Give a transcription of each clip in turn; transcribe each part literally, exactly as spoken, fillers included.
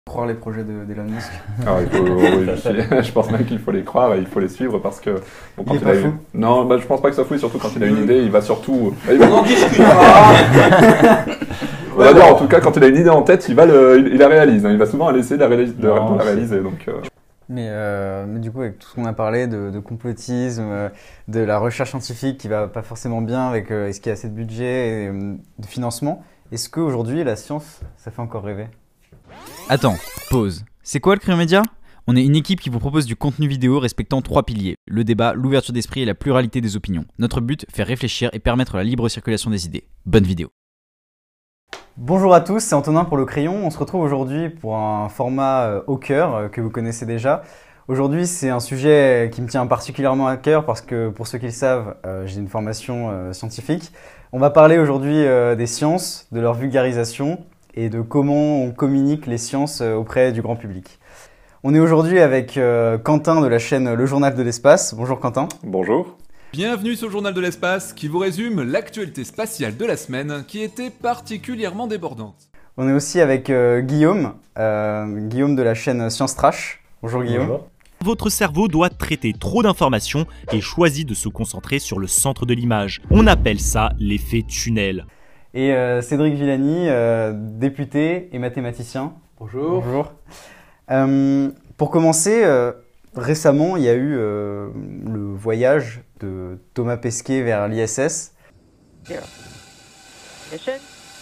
Croire les projets d'Elon Musk. Alors, il faut, oui, je, je pense même qu'il faut les croire et il faut les suivre parce que bon, quand il, il est pas a fou. Eu... Non, bah, je pense pas que ça fout, surtout quand il a une idée, il va surtout. Il va... On en discutera. On va dire en tout cas quand il a une idée en tête, il va le, il, il la réalise. Hein. Il va souvent aller essayer de la, réalis... de non, la réaliser. Donc. Euh... Mais, euh, mais du coup, avec tout ce qu'on a parlé de, de complotisme, euh, de la recherche scientifique qui va pas forcément bien avec euh, est-ce qu'il y a assez de budget et euh, de financement, est-ce qu'aujourd'hui la science, ça fait encore rêver? Attends, pause. C'est quoi le Crayon Média? On est une équipe qui vous propose du contenu vidéo respectant trois piliers: le débat, l'ouverture d'esprit et la pluralité des opinions. Notre but, faire réfléchir et permettre la libre circulation des idées. Bonne vidéo. Bonjour à tous, c'est Antonin pour Le Crayon. On se retrouve aujourd'hui pour un format euh, au cœur euh, que vous connaissez déjà. Aujourd'hui, c'est un sujet qui me tient particulièrement à cœur parce que, pour ceux qui le savent, euh, j'ai une formation euh, scientifique. On va parler aujourd'hui euh, des sciences, de leur vulgarisation et de comment on communique les sciences auprès du grand public. On est aujourd'hui avec euh, Quentin de la chaîne Le Journal de l'Espace. Bonjour Quentin. Bonjour. Bienvenue sur le Journal de l'Espace qui vous résume l'actualité spatiale de la semaine qui était particulièrement débordante. On est aussi avec euh, Guillaume, euh, Guillaume de la chaîne Science Trash. Bonjour Guillaume. Bonjour. Votre cerveau doit traiter trop d'informations et choisit de se concentrer sur le centre de l'image. On appelle ça l'effet tunnel. Et euh, Cédric Villani, euh, député et mathématicien. Bonjour. Bonjour. Euh, pour commencer, euh, récemment, il y a eu euh, le voyage de Thomas Pesquet vers l'I S S. Zero. Mission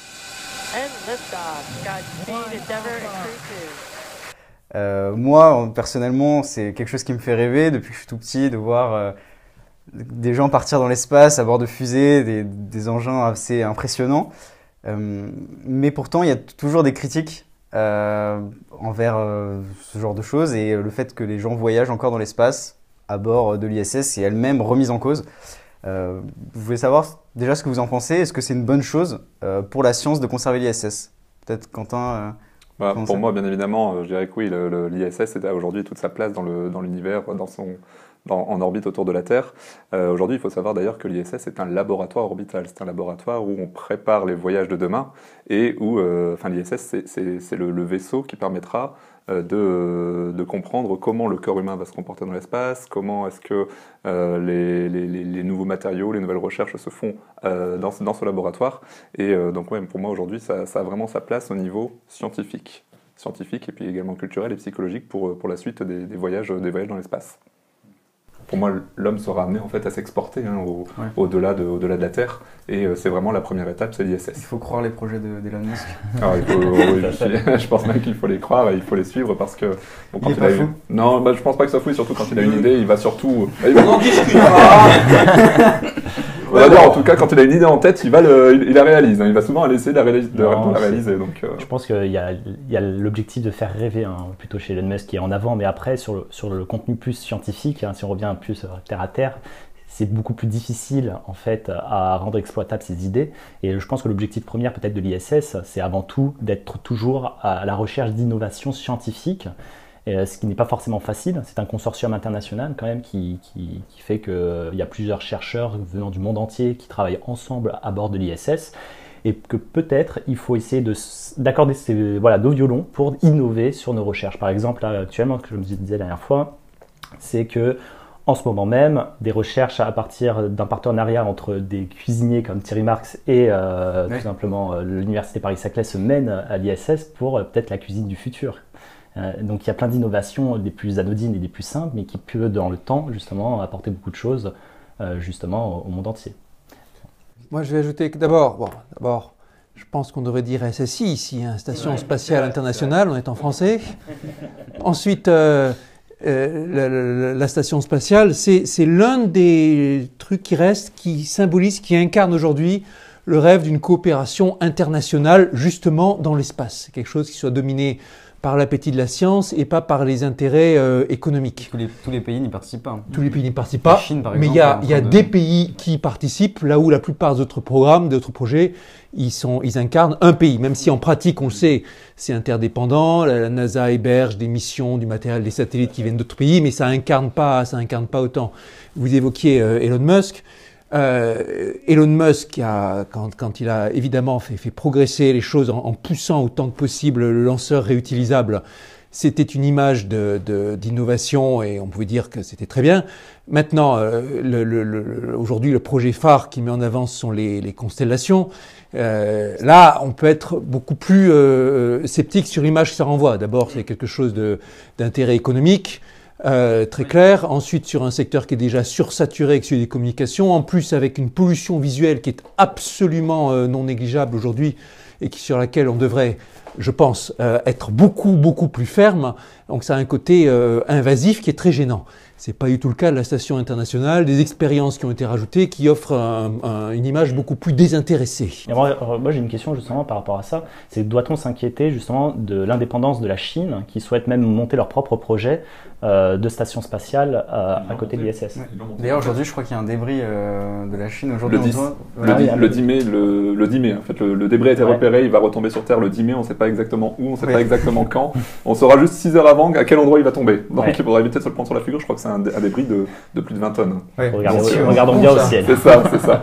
and liftoff. Godspeed, Endeavour and Crew two. Euh, moi, personnellement, c'est quelque chose qui me fait rêver depuis que je suis tout petit, de voir euh, des gens partir dans l'espace à bord de fusées, des, des engins assez impressionnants. Euh, mais pourtant, il y a toujours des critiques euh, envers euh, ce genre de choses et le fait que les gens voyagent encore dans l'espace à bord de l'I S S est elle-même remise en cause. Euh, je voulais savoir déjà ce que vous en pensez. Est-ce que c'est une bonne chose euh, pour la science de conserver l'I S S? Peut-être Quentin euh, bah, Pour moi, bien évidemment, je dirais que oui, l'I S S a aujourd'hui toute sa place dans l'univers, dans, dans son... Dans, en orbite autour de la Terre. Euh, Aujourd'hui, il faut savoir d'ailleurs que l'I S S est un laboratoire orbital. C'est un laboratoire où on prépare les voyages de demain et où, euh, enfin, l'I S S, c'est le, le vaisseau qui permettra euh, de, de comprendre comment le corps humain va se comporter dans l'espace, comment est-ce que euh, les, les, les nouveaux matériaux, les nouvelles recherches se font euh, dans, dans ce laboratoire. Et euh, donc, ouais, pour moi, aujourd'hui, ça, ça a vraiment sa place au niveau scientifique. Scientifique et puis également culturel et psychologique pour, pour la suite des, des, voyages, des voyages dans l'espace. Pour moi, l'homme sera amené en fait à s'exporter hein, au, ouais. au-delà de, au-delà de la Terre, et euh, c'est vraiment la première étape, c'est l'I S S. Il faut croire les projets d'Elon Musk. Alors, il faut, oui, je, je pense même qu'il faut les croire et il faut les suivre parce que bon, quand il est il pas a fou. Eu... Non, bah, je pense pas que ça fouille, surtout quand il a une idée, il va surtout. Il va... On en discutera. On va dire en tout cas quand il a une idée en tête, il va le, il, il la réalise. Hein. Il va souvent aller essayer de la, réalis... de, non, de la réaliser. Donc, euh... je pense qu'il y a, il y a l'objectif de faire rêver hein, plutôt chez Elon Musk qui est en avant, mais après sur le, sur le contenu plus scientifique, hein, si on revient plus terre à terre, c'est beaucoup plus difficile en fait à rendre exploitables ces idées. Et je pense que l'objectif premier peut-être de l'I S S, c'est avant tout d'être toujours à la recherche d'innovation scientifique. Et ce qui n'est pas forcément facile, c'est un consortium international quand même qui, qui, qui fait qu'il euh, y a plusieurs chercheurs venant du monde entier qui travaillent ensemble à bord de l'I S S et que peut-être il faut essayer d'accorder ces voilà, deux violons pour innover sur nos recherches. Par exemple, là, actuellement, ce que je me disais la dernière fois, c'est que en ce moment même, des recherches à partir d'un partenariat entre des cuisiniers comme Thierry Marx et euh, oui. tout simplement euh, l'Université Paris-Saclay se mènent à l'I S S pour euh, peut-être la cuisine du futur. Euh, donc il y a plein d'innovations, des plus anodines et des plus simples, mais qui peuvent dans le temps justement apporter beaucoup de choses euh, justement au, au monde entier. Moi je vais ajouter que d'abord, bon, d'abord, je pense qu'on devrait dire S S I ici, hein, Station ouais, Spatiale Internationale, on est en français. Ensuite, euh, euh, la, la, la station spatiale, c'est l'un des trucs qui reste, qui symbolise, qui incarne aujourd'hui le rêve d'une coopération internationale justement dans l'espace. C'est quelque chose qui soit dominé par l'appétit de la science et pas par les intérêts euh, économiques. Tous les, tous les pays n'y participent pas. Tous les pays n'y participent pas, Chine, par mais il y a, y a de... des pays qui participent, là où la plupart d'autres programmes, d'autres projets, ils, sont, ils incarnent un pays, même si en pratique, on le sait, c'est interdépendant, la, la NASA héberge des missions, du matériel, des satellites qui viennent d'autres pays, mais ça incarne pas, ça incarne pas autant. Vous évoquiez euh, Elon Musk. Euh, Elon Musk, a, quand, quand il a évidemment fait, fait progresser les choses en, en poussant autant que possible le lanceur réutilisable, c'était une image de, de, d'innovation et on pouvait dire que c'était très bien. Maintenant, euh, le, le, le, aujourd'hui, le projet phare qui met en avant sont les, les constellations. Euh, là, on peut être beaucoup plus euh, sceptique sur l'image que ça renvoie. D'abord, c'est quelque chose de, d'intérêt économique. Euh, très clair. Ensuite, sur un secteur qui est déjà sursaturé avec celui des communications, en plus avec une pollution visuelle qui est absolument euh, non négligeable aujourd'hui et qui, sur laquelle on devrait, je pense, euh, être beaucoup, beaucoup plus ferme. Donc ça a un côté euh, invasif qui est très gênant. C'est pas du tout le cas de la station internationale, des expériences qui ont été rajoutées qui offrent un, un, une image beaucoup plus désintéressée. Et moi, moi j'ai une question justement par rapport à ça, c'est doit-on s'inquiéter justement de l'indépendance de la Chine qui souhaite même monter leur propre projet euh, de station spatiale euh, à côté de l'I S S. Ouais. D'ailleurs aujourd'hui je crois qu'il y a un débris euh, de la Chine aujourd'hui. Le, dix, voilà. le, le dix mai, le, le dix mai en fait, le, le débris a été ouais. repéré, il va retomber sur Terre le dix mai, on ne sait pas exactement où, on ne sait ouais. pas exactement quand, on saura juste six heures avant à quel endroit il va tomber. Donc ouais. il faudra éviter de se le prendre sur la figure, je crois que c'est un, un débris de, de plus de vingt tonnes. Ouais. Regardons, regardons bien au ciel. C'est ça, c'est ça.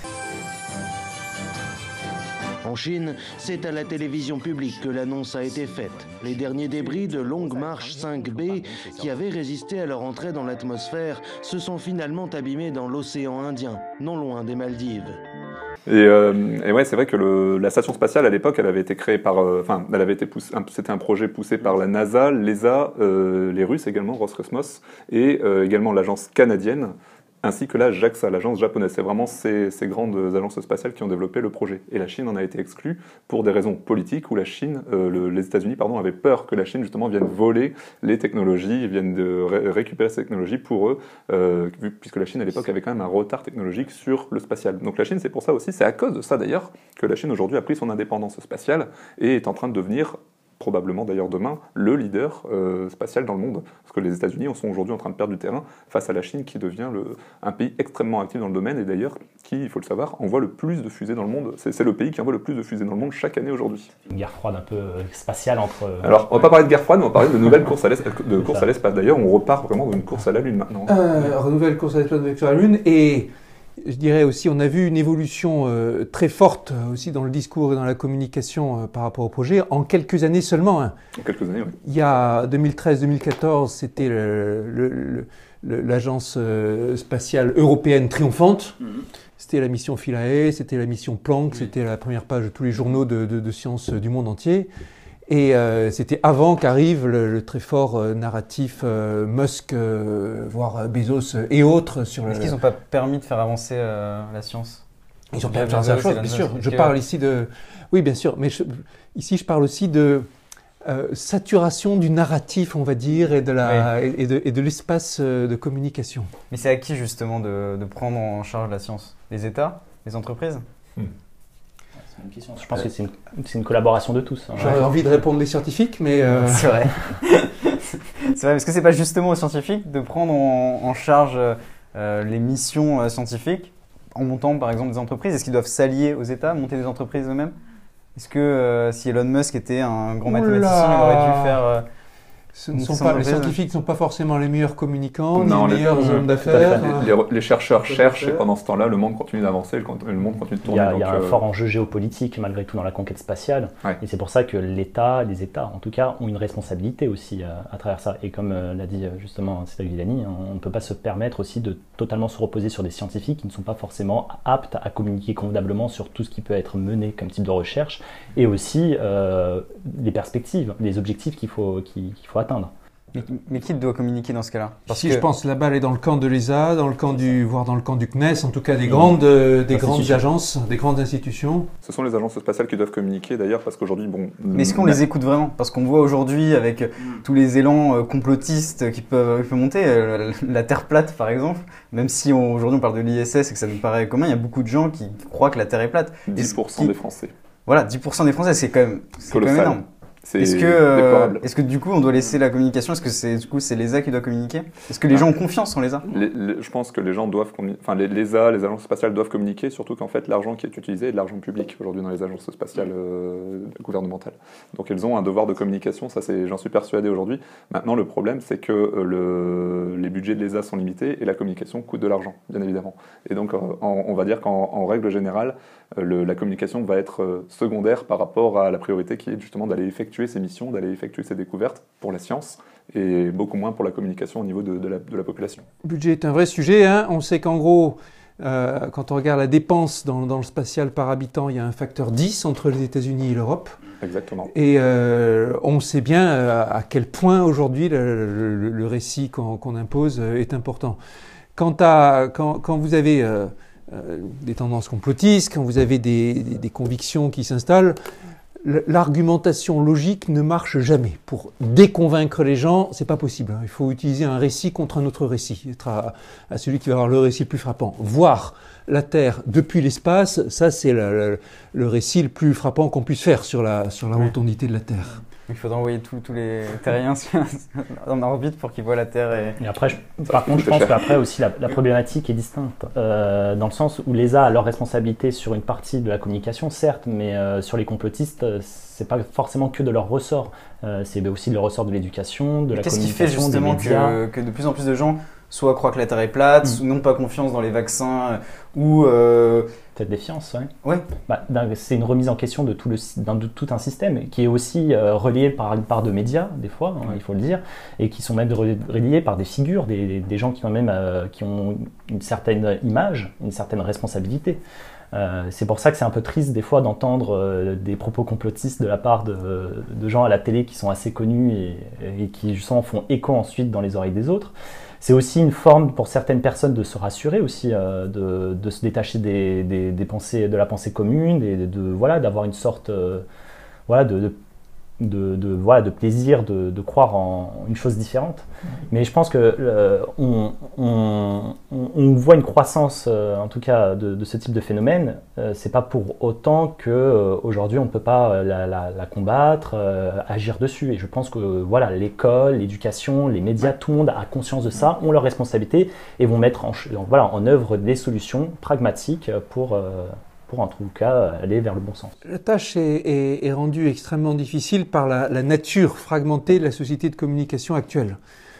En Chine, c'est à la télévision publique que l'annonce a été faite. Les derniers débris de Long March cinq B, qui avaient résisté à leur entrée dans l'atmosphère, se sont finalement abîmés dans l'océan Indien, non loin des Maldives. Et, euh, et ouais, c'est vrai que le, la station spatiale à l'époque, elle avait été créée par, enfin, euh, elle avait été poussée, c'était un projet poussé par la NASA, l'E S A, euh, les Russes également, Roscosmos, et euh, également l'agence canadienne, ainsi que la JAXA, l'agence japonaise. C'est vraiment ces, ces grandes agences spatiales qui ont développé le projet. Et la Chine en a été exclue pour des raisons politiques, où la Chine, euh, le, les États-Unis, pardon, avaient peur que la Chine justement vienne voler les technologies, vienne de ré récupérer ces technologies pour eux, euh, puisque la Chine à l'époque avait quand même un retard technologique sur le spatial. Donc la Chine, c'est pour ça aussi, c'est à cause de ça d'ailleurs que la Chine aujourd'hui a pris son indépendance spatiale et est en train de devenir, probablement d'ailleurs demain, le leader euh, spatial dans le monde. Parce que les États-Unis sont aujourd'hui en train de perdre du terrain face à la Chine qui devient le, un pays extrêmement actif dans le domaine et d'ailleurs qui, il faut le savoir, envoie le plus de fusées dans le monde. C'est le pays qui envoie le plus de fusées dans le monde chaque année aujourd'hui. Une guerre froide un peu euh, spatiale entre... Euh... Alors, on va pas parler de guerre froide, mais on va parler de nouvelles courses à l'espace. D'ailleurs, on repart vraiment dans une course à la Lune maintenant. Euh, nouvelle course à l'espace sur la Lune et... Je dirais aussi, on a vu une évolution euh, très forte euh, aussi dans le discours et dans la communication euh, par rapport au projet en quelques années seulement. Hein. En quelques années, oui. Il y a deux mille treize deux mille quatorze, c'était l'agence euh, spatiale européenne triomphante. Mm-hmm. C'était la mission Philae, c'était la mission Planck, oui. C'était la première page de tous les journaux de, de, de sciences du monde entier. Et euh, c'était avant qu'arrive le, le très fort euh, narratif euh, Musk, euh, voire Bezos euh, et autres sur le... Est-ce qu'ils n'ont pas permis de faire avancer euh, la science? Ils ont permis de faire avancer la chose, bien sûr. Je parle ici de... Oui, bien sûr, mais je... ici je parle aussi de euh, saturation du narratif, on va dire, et de la oui. et de, et de l'espace de communication. Mais c'est à qui justement de, de prendre en charge la science? Les États? Les entreprises? hmm. Une question. Je pense que c'est une, une collaboration de tous. Hein. J'aurais ouais. envie de répondre les scientifiques, mais... Euh... C'est vrai. C'est vrai, parce que c'est pas justement aux scientifiques de prendre en, en charge euh, les missions euh, scientifiques en montant par exemple des entreprises. Est-ce qu'ils doivent s'allier aux États, monter des entreprises eux-mêmes? Est-ce que euh, si Elon Musk était un grand Oula. mathématicien, il aurait dû faire... Euh, Ce ne sont pas, les scientifiques ne sont pas forcément les meilleurs communicants, non, ni les meilleurs hommes d'affaires. Les, les, les chercheurs cherchent et pendant ce temps-là, le monde continue d'avancer, le, le monde continue de tourner. Il y a, donc, il y a un euh... fort enjeu géopolitique malgré tout dans la conquête spatiale. Ouais. Et c'est pour ça que l'État, les États en tout cas, ont une responsabilité aussi à, à travers ça. Et comme euh, l'a dit justement Cédric Villani, on ne peut pas se permettre aussi de totalement se reposer sur des scientifiques qui ne sont pas forcément aptes à communiquer convenablement sur tout ce qui peut être mené comme type de recherche et aussi euh, les perspectives, les objectifs qu'il faut, qu'il, qu'il faut atteindre. Mais, mais qui doit communiquer dans ce cas-là? Parce Si que... je pense la balle est dans le camp de l'E S A, dans le camp du, voire dans le camp du C N E S, en tout cas des grandes, euh, des grandes agences, des grandes institutions. Ce sont les agences spatiales qui doivent communiquer d'ailleurs parce qu'aujourd'hui, bon. Mais est-ce qu'on les écoute vraiment? Parce qu'on voit aujourd'hui avec mm. tous les élans euh, complotistes qui peuvent, qui peuvent monter, euh, la Terre plate par exemple, même si on, aujourd'hui on parle de l'I S S et que ça nous paraît commun, il y a beaucoup de gens qui croient que la Terre est plate. dix pour cent qui... des Français. Voilà, dix pour cent des Français, c'est quand même, c'est quand même énorme. C'est Est-ce que, euh, déplorable. est-ce que du coup on doit laisser la communication? Est-ce que c'est du coup c'est l'E S A qui doit communiquer? Est-ce que les gens ont confiance en l'E S A? Les- les- je pense que les gens doivent, commu- enfin les, l'E S A, les agences spatiales doivent communiquer, surtout qu'en fait l'argent qui est utilisé est de l'argent public aujourd'hui dans les agences spatiales euh, gouvernementales. Donc elles ont un devoir de communication, ça c'est, j'en suis persuadé aujourd'hui. Maintenant le problème c'est que euh, le, les budgets de l'E S A sont limités et la communication coûte de l'argent, bien évidemment. Et donc euh, en- on va dire qu'en en règle générale, euh, le- la communication va être euh, secondaire par rapport à la priorité qui est justement d'aller effectuer ces missions, d'aller effectuer ces découvertes pour la science, et beaucoup moins pour la communication au niveau de, de, la, de la population. Le budget est un vrai sujet. Hein. On sait qu'en gros, euh, quand on regarde la dépense dans, dans le spatial par habitant, il y a un facteur dix entre les États-Unis et l'Europe. Exactement. Et euh, on sait bien euh, à quel point aujourd'hui le, le, le récit qu'on qu'on impose euh, est important. Quant à, quand, quand vous avez euh, euh, des tendances complotistes, quand vous avez des, des, des convictions qui s'installent, l'argumentation logique ne marche jamais. Pour déconvaincre les gens, c'est pas possible. Il faut utiliser un récit contre un autre récit. Être à, à celui qui va avoir le récit le plus frappant. Voir la Terre depuis l'espace, ça c'est le, le, le récit le plus frappant qu'on puisse faire sur la, sur la Ouais. rotondité de la Terre. Il faudra envoyer tous tous les terriens en orbite pour qu'ils voient la Terre. Et... Et après, je- par contre, je pense qu'après aussi la, la problématique est distincte, euh, dans le sens où l'E S A a leur responsabilité sur une partie de la communication, certes, mais euh, sur les complotistes, euh, c'est pas forcément que de leur ressort. Euh, c'est aussi le ressort de l'éducation, de la Qu'est-ce qui fait communication, des justement médias. que, que de plus en plus de gens soit croient que la Terre est plate, Mm. ou n'ont pas confiance dans les vaccins, euh, ou... euh, Peut-être défiance, ouais. Ouais. Bah, d'un- c'est une remise en question de tout, le, d'un- de tout un système qui est aussi euh, relié par une part de médias, des fois, hein, il faut le dire, et qui sont même re- reliés par des figures, des, des- des gens qui ont même euh, qui ont une certaine image, une certaine responsabilité. Euh, c'est pour ça que c'est un peu triste des fois d'entendre euh, des propos complotistes de la part de, de gens à la télé qui sont assez connus et, et qui justement font écho ensuite dans les oreilles des autres. C'est aussi une forme pour certaines personnes de se rassurer aussi, euh, de, de se détacher des, des, des pensées, de la pensée commune, et de, de voilà, d'avoir une sorte, euh, voilà, de, de, de, de, voilà, de plaisir de, de croire en une chose différente. Mais je pense que euh, on, on, on voit une croissance, euh, en tout cas, de, de ce type de phénomène. Euh, c'est pas pour autant que euh, aujourd'hui on ne peut pas euh, la, la, la combattre, euh, agir dessus. Et je pense que euh, voilà, l'école, l'éducation, les médias, tout le monde a conscience de ça, ont leurs responsabilités et vont mettre en, donc, voilà, en œuvre des solutions pragmatiques pour euh, pour en tout cas aller vers le bon sens. La tâche est, est, est rendue extrêmement difficile par la, la nature fragmentée de la société de communication actuelle.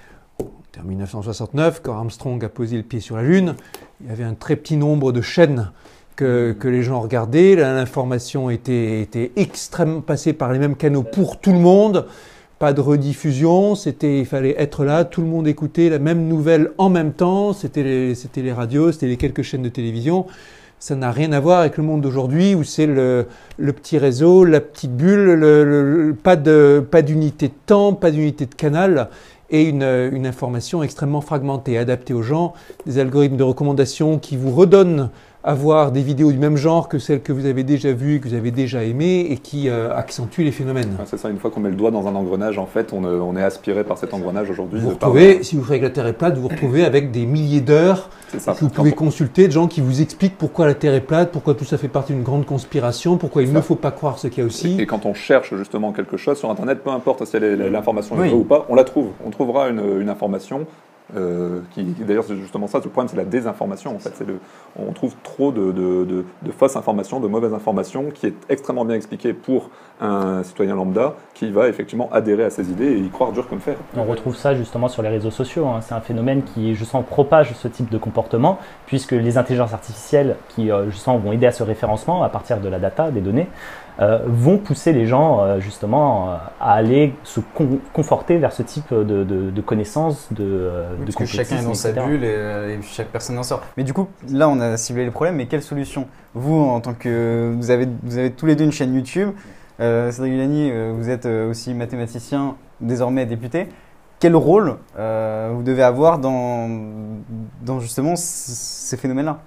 En mille neuf cent soixante-neuf, quand Armstrong a posé le pied sur la Lune, il y avait un très petit nombre de chaînes que, que les gens regardaient. L'information était, était extrêmement passée par les mêmes canaux pour tout le monde. Pas de rediffusion, c'était, il fallait être là, tout le monde écoutait la même nouvelle en même temps. C'était les, c'était les radios, c'était les quelques chaînes de télévision. Ça n'a rien à voir avec le monde d'aujourd'hui où c'est le, le petit réseau, la petite bulle, le, le, pas de, pas d'unité de temps, pas d'unité de canal et une, une information extrêmement fragmentée, adaptée aux gens, des algorithmes de recommandation qui vous redonnent à voir des vidéos du même genre que celles que vous avez déjà vues, que vous avez déjà aimées et qui euh, accentuent les phénomènes. Ouais, c'est ça, une fois qu'on met le doigt dans un engrenage, en fait, on, euh, on est aspiré par cet engrenage aujourd'hui. Vous vous de par- retrouvez, si vous faites que la Terre est plate, vous vous retrouvez avec des milliers d'heures C'est ça. que vous pouvez consulter, de gens qui vous expliquent pourquoi la Terre est plate, pourquoi tout ça fait partie d'une grande conspiration, pourquoi il Ça. ne faut pas croire ce qu'il y a aussi. Et quand on cherche justement quelque chose sur Internet, peu importe si elle est- l'information est Oui. vraie ou pas, on la trouve. On trouvera une, une information euh, qui, d'ailleurs, c'est justement ça. Le problème, c'est la désinformation. En fait, c'est le, on trouve trop de, de, de, de fausses informations, de mauvaises informations, qui est extrêmement bien expliquée pour un citoyen lambda qui va effectivement adhérer à ces idées et y croire dur comme fer. On retrouve ça justement sur les réseaux sociaux. Hein. C'est un phénomène qui, justement, propage ce type de comportement, puisque les intelligences artificielles qui, euh, justement, vont aider à ce référencement à partir de la data, des données, euh, vont pousser les gens, euh, justement, euh, à aller se con conforter vers ce type de, de, de connaissances, de, euh, de Parce que chacun est dans sa complotisme, et cetera. bulle et, euh, et chaque personne en sort. Mais du coup, là, on a ciblé les problèmes, mais quelle solution? Vous, en tant que... Vous avez, vous avez tous les deux une chaîne YouTube. Euh, Cédric Villani, euh, vous êtes euh, aussi mathématicien, désormais député. Quel rôle euh, vous devez avoir dans, dans justement c- ces phénomènes-là?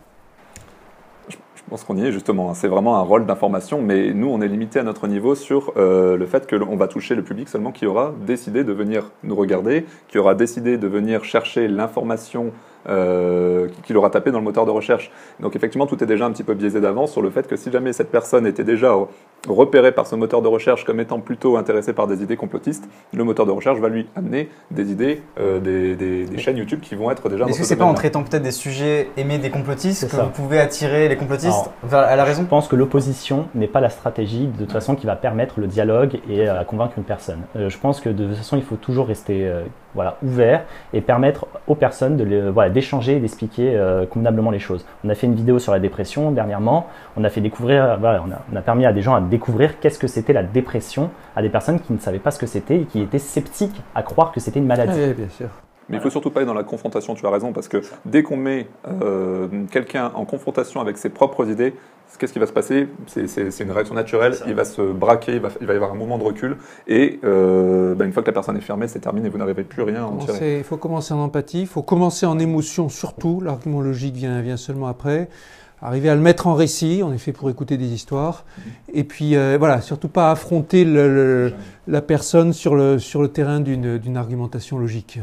Je pense qu'on y est justement. C'est vraiment un rôle d'information, mais nous, on est limité à notre niveau sur euh, le fait qu'on va toucher le public seulement qui aura décidé de venir nous regarder, qui aura décidé de venir chercher l'information euh, qu'il aura tapé dans le moteur de recherche. Donc effectivement, tout est déjà un petit peu biaisé d'avance sur le fait que si jamais cette personne était déjà repérée par ce moteur de recherche comme étant plutôt intéressée par des idées complotistes, le moteur de recherche va lui amener des idées, euh, des, des, des chaînes YouTube qui vont être déjà dans Est-ce ce que c'est pas en domaine-là. traitant peut-être des sujets aimés des complotistes C'est que ça. vous pouvez attirer les complotistes Alors, vers à la raison? Je pense que l'opposition n'est pas la stratégie de toute façon qui va permettre le dialogue et euh, convaincre une personne. Euh, je pense que de toute façon, il faut toujours rester euh, voilà, ouvert et permettre aux personnes de les, voilà, d'échanger et d'expliquer euh, convenablement les choses. On a fait une vidéo sur la dépression dernièrement. On a fait découvrir, voilà, on a, on a permis à des gens à découvrir qu'est-ce que c'était la dépression à des personnes qui ne savaient pas ce que c'était et qui étaient sceptiques à croire que c'était une maladie. Oui, bien sûr. Mais il ne faut surtout pas être dans la confrontation, tu as raison, parce que dès qu'on met euh, quelqu'un en confrontation avec ses propres idées, qu'est-ce qui va se passer? C'est, c'est, c'est une réaction naturelle, il va se braquer, il va, il va y avoir un mouvement de recul, et euh, ben une fois que la personne est fermée, c'est terminé, vous n'arrivez plus rien à en tirer. Il faut commencer en empathie, il faut commencer en émotion surtout, l'argument logique vient, vient seulement après. Arriver à le mettre en récit, on est fait pour écouter des histoires, et puis euh, voilà, surtout pas affronter le, le, la personne sur le, sur le terrain d'une, d'une argumentation logique.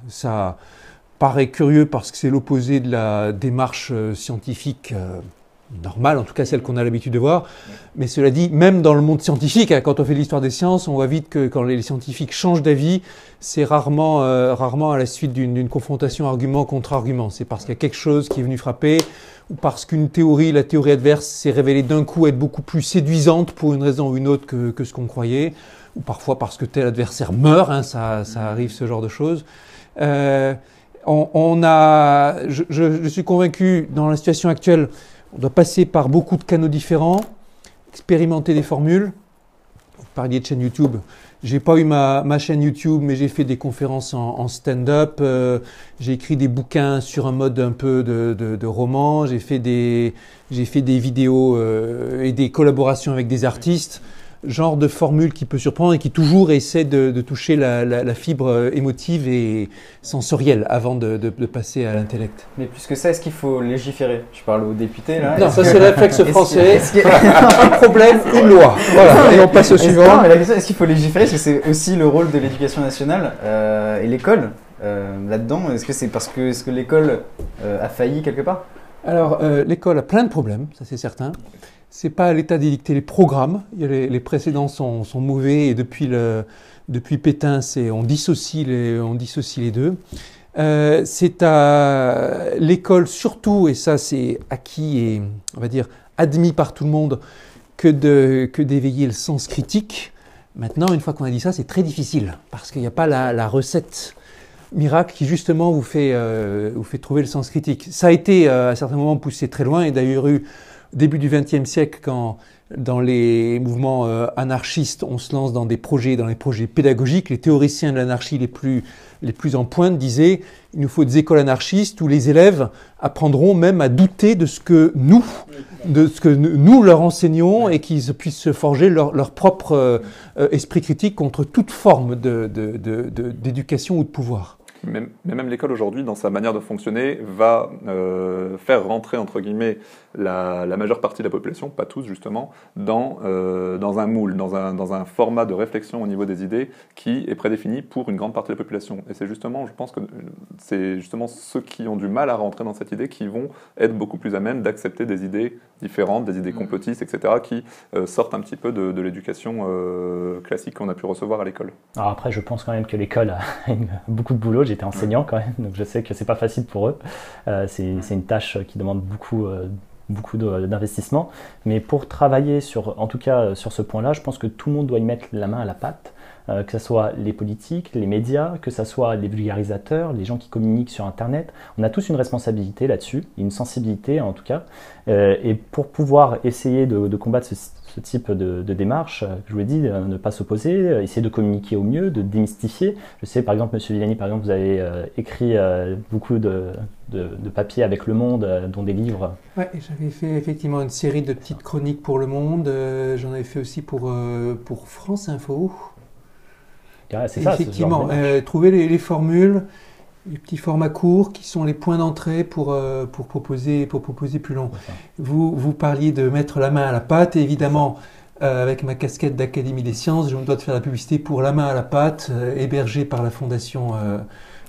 Ça paraît curieux parce que c'est l'opposé de la démarche scientifique euh, normale, en tout cas celle qu'on a l'habitude de voir, mais cela dit, même dans le monde scientifique, hein, quand on fait l'histoire des sciences, on voit vite que quand les scientifiques changent d'avis, c'est rarement, euh, rarement à la suite d'une, d'une confrontation argument contre argument, c'est parce qu'il y a quelque chose qui est venu frapper, ou parce qu'une théorie, la théorie adverse, s'est révélée d'un coup être beaucoup plus séduisante pour une raison ou une autre que, que ce qu'on croyait, ou parfois parce que tel adversaire meurt, hein, ça, ça arrive ce genre de choses. Euh, on, on a, je, je, je suis convaincu, dans la situation actuelle, on doit passer par beaucoup de canaux différents, expérimenter des formules. Vous parliez de chaîne YouTube. J'ai pas eu ma, ma chaîne YouTube, mais j'ai fait des conférences en, en stand-up. Euh, j'ai écrit des bouquins sur un mode un peu de, de, de roman. J'ai fait des, j'ai fait des vidéos euh, et des collaborations avec des artistes. Genre de formule qui peut surprendre et qui toujours essaie de, de toucher la, la, la fibre émotive et sensorielle avant de, de, de passer à l'intellect. Mais plus que ça, est-ce qu'il faut légiférer? Je parle aux députés là. Non, Est-ce ça que- c'est le réflexe est-ce qu'il- français. est-ce qu'il- Un problème, une loi. Voilà, et on passe au Est-ce- suivant. non, mais la question, est-ce qu'il faut légiférer? Parce que c'est aussi le rôle de l'éducation nationale euh, et l'école euh, là-dedans. Est-ce que c'est parce que, est-ce que l'école euh, a failli quelque part? Alors, euh, l'école a plein de problèmes, ça c'est certain. C'est pas à l'État d'édicter les programmes. Il y a les, les précédents sont, sont mauvais et depuis, le, depuis Pétain, c'est, on, dissocie les, on dissocie les deux. Euh, c'est à l'école surtout, et ça c'est acquis et on va dire admis par tout le monde, que, de, que d'éveiller le sens critique. Maintenant, une fois qu'on a dit ça, c'est très difficile parce qu'il n'y a pas la, la recette miracle qui justement vous fait, euh, vous fait trouver le sens critique. Ça a été euh, à certains moments poussé très loin et d'ailleurs eu au début du vingtième siècle quand dans les mouvements euh, anarchistes on se lance dans des projets, dans les projets pédagogiques, les théoriciens de l'anarchie les plus, les plus en pointe disaient il nous faut des écoles anarchistes où les élèves apprendront même à douter de ce que nous, de ce que nous leur enseignons et qu'ils puissent se forger leur, leur propre euh, esprit critique contre toute forme de, de, de, de, d'éducation ou de pouvoir. Mais, mais même l'école aujourd'hui, dans sa manière de fonctionner, va euh, faire rentrer, entre guillemets, la, la majeure partie de la population, pas tous justement, dans, euh, dans un moule, dans un, dans un format de réflexion au niveau des idées qui est prédéfini pour une grande partie de la population. Et c'est justement, je pense que c'est justement ceux qui ont du mal à rentrer dans cette idée qui vont être beaucoup plus à même d'accepter des idées différentes, des idées complotistes, et cetera, qui euh, sortent un petit peu de, de l'éducation euh, classique qu'on a pu recevoir à l'école. Alors après, je pense quand même que l'école a une- beaucoup de boulot. J'étais enseignant quand même, donc je sais que c'est pas facile pour eux. Euh, c'est, c'est une tâche qui demande beaucoup, euh, beaucoup de- d'investissement. Mais pour travailler sur, en tout cas sur ce point-là, je pense que tout le monde doit y mettre la main à la pâte. Euh, que ce soit les politiques, les médias, que ce soit les vulgarisateurs, les gens qui communiquent sur Internet. On a tous une responsabilité là-dessus, une sensibilité en tout cas. Euh, et pour pouvoir essayer de, de combattre ce, ce type de, de démarche, euh, je vous l'ai dit, euh, ne pas s'opposer, euh, essayer de communiquer au mieux, de démystifier. Je sais par exemple, Monsieur Villani, par exemple, vous avez euh, écrit euh, beaucoup de, de, de papiers avec Le Monde, euh, dont des livres. Ouais, j'avais fait effectivement une série de petites chroniques pour Le Monde. Euh, j'en avais fait aussi pour, euh, pour France Info. Ouais, c'est ça, Effectivement, c'est ce genre de démarche. euh, trouver les, les formules, les petits formats courts qui sont les points d'entrée pour, euh, pour, proposer, pour proposer plus long. C'est ça. Vous, vous parliez de mettre la main à la pâte, et évidemment, euh, avec ma casquette d'Académie des sciences, je me dois de faire la publicité pour La main à la pâte, euh, hébergée par la Fondation euh,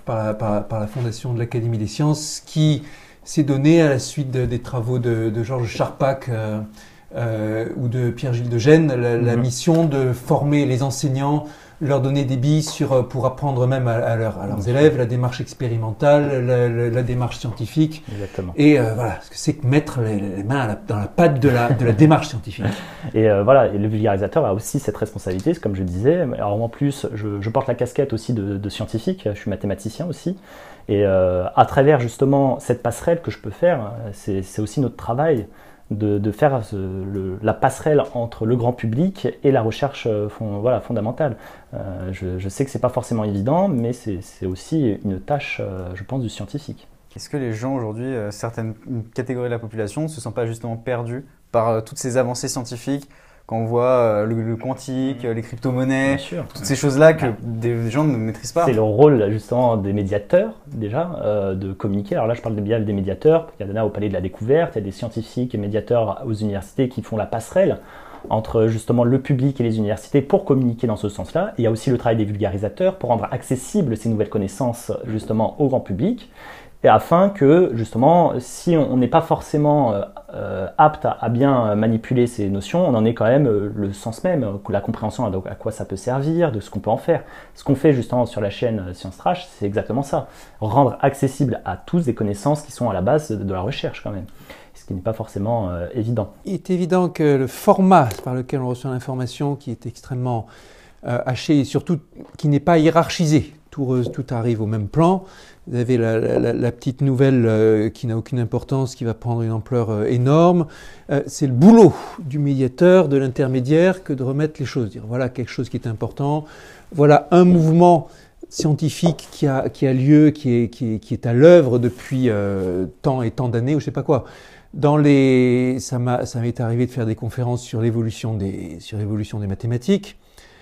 par la, par, par la fondation de l'Académie des sciences qui s'est donnée à la suite de, des travaux de, de Georges Charpak euh, euh, ou de Pierre-Gilles de Gênes, la, mmh. la mission de former les enseignants, leur donner des billes sur, pour apprendre même à, à, leur, à leurs élèves la démarche expérimentale, la, la, la démarche scientifique. Exactement. Et euh, voilà, ce que c'est que mettre les, les mains à la, dans la patte de la, de la démarche scientifique. Et euh, voilà, et le vulgarisateur a aussi cette responsabilité, comme je disais. Alors en plus, je, je porte la casquette aussi de, de scientifique, je suis mathématicien aussi. Et euh, à travers justement cette passerelle que je peux faire, c'est aussi notre travail. De, de faire ce, le, la passerelle entre le grand public et la recherche fond, voilà, fondamentale. Euh, je, je sais que ce n'est pas forcément évident, mais c'est aussi une tâche, euh, je pense, du scientifique. Est-ce que les gens aujourd'hui, euh, certaines catégories de la population, ne se sentent pas justement perdus par euh, toutes ces avancées scientifiques, quand on voit euh, le, le quantique, euh, les crypto-monnaies, toutes ces choses-là que bah, des gens ne maîtrisent pas? C'est le rôle justement des médiateurs déjà, euh, de communiquer. Alors là je parle bien des médiateurs, il y en a au Palais de la Découverte, il y a des scientifiques et médiateurs aux universités qui font la passerelle entre justement le public et les universités pour communiquer dans ce sens-là. Il y a aussi le travail des vulgarisateurs pour rendre accessibles ces nouvelles connaissances justement au grand public. Et afin que, justement, si on n'est pas forcément euh, apte à, à bien manipuler ces notions, on en ait quand même euh, le sens même, la compréhension à, à quoi ça peut servir, de ce qu'on peut en faire. Ce qu'on fait justement sur la chaîne Science Trash, c'est exactement ça. Rendre accessible à tous des connaissances qui sont à la base de, de la recherche quand même. Ce qui n'est pas forcément euh, évident. Il est évident que le format par lequel on reçoit l'information, qui est extrêmement euh, haché et surtout qui n'est pas hiérarchisé, tout, tout arrive au même plan. Vous avez la, la, la petite nouvelle euh, qui n'a aucune importance, qui va prendre une ampleur euh, énorme. Euh, c'est le boulot du médiateur, de l'intermédiaire, que de remettre les choses. Dire voilà quelque chose qui est important, voilà un mouvement scientifique qui a, qui a lieu, qui est, qui est, qui est à l'œuvre depuis euh, tant et tant d'années, ou je sais pas quoi. Dans les, ça m'a, ça m'est arrivé de faire des conférences sur l'évolution des, sur l'évolution des mathématiques.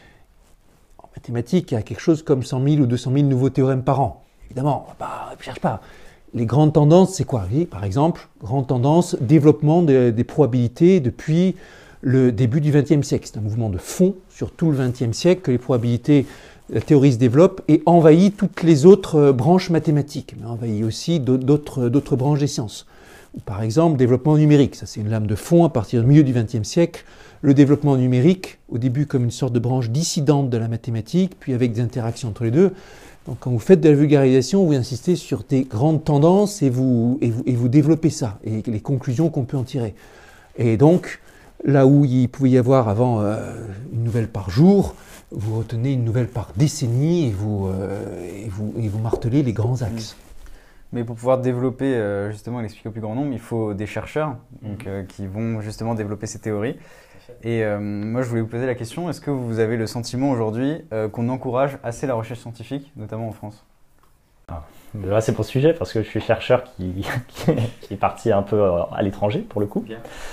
En mathématiques, il y a quelque chose comme cent mille ou deux cent mille nouveaux théorèmes par an. Évidemment, on ne cherche pas. Les grandes tendances, c'est quoi? Oui, par exemple, grande tendance, développement de, des probabilités depuis le début du vingtième siècle. C'est un mouvement de fond sur tout le vingtième siècle que les probabilités, la théorie se développe et envahit toutes les autres branches mathématiques, mais envahit aussi d'autres d'autres branches des sciences. Par exemple, développement numérique, ça c'est une lame de fond à partir du milieu du vingtième siècle. Le développement numérique, au début comme une sorte de branche dissidente de la mathématique, puis avec des interactions entre les deux. Donc quand vous faites de la vulgarisation, vous insistez sur des grandes tendances et vous, et vous, et vous développez ça, et les conclusions qu'on peut en tirer. Et donc, là où il pouvait y avoir avant euh, une nouvelle par jour, vous retenez une nouvelle par décennie et vous, euh, et vous, et vous martelez les grands axes. Mais pour pouvoir développer, euh, justement, et l'expliquer au plus grand nombre, il faut des chercheurs donc, euh, qui vont justement développer ces théories. Et euh, moi, je voulais vous poser la question, est-ce que vous avez le sentiment aujourd'hui euh, qu'on encourage assez la recherche scientifique, notamment en France? ah, Là, c'est pour ce sujet, parce que je suis chercheur qui, qui est parti un peu à l'étranger, pour le coup.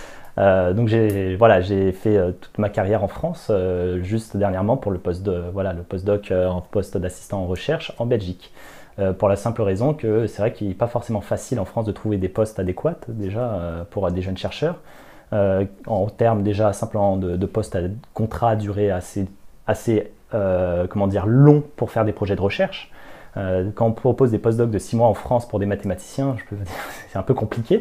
Euh, donc, j'ai voilà, j'ai fait euh, toute ma carrière en France, euh, juste dernièrement, pour le post de, voilà, le postdoc euh, en poste d'assistant en recherche en Belgique. Euh, pour la simple raison que c'est vrai qu'il n'est pas forcément facile en France de trouver des postes adéquats, déjà, euh, pour des jeunes chercheurs. Euh, en termes déjà simplement de, de postes à contrat à durée assez, assez euh, comment dire, long pour faire des projets de recherche. Euh, quand on propose des postdocs de six mois en France pour des mathématiciens, je peux dire, c'est un peu compliqué,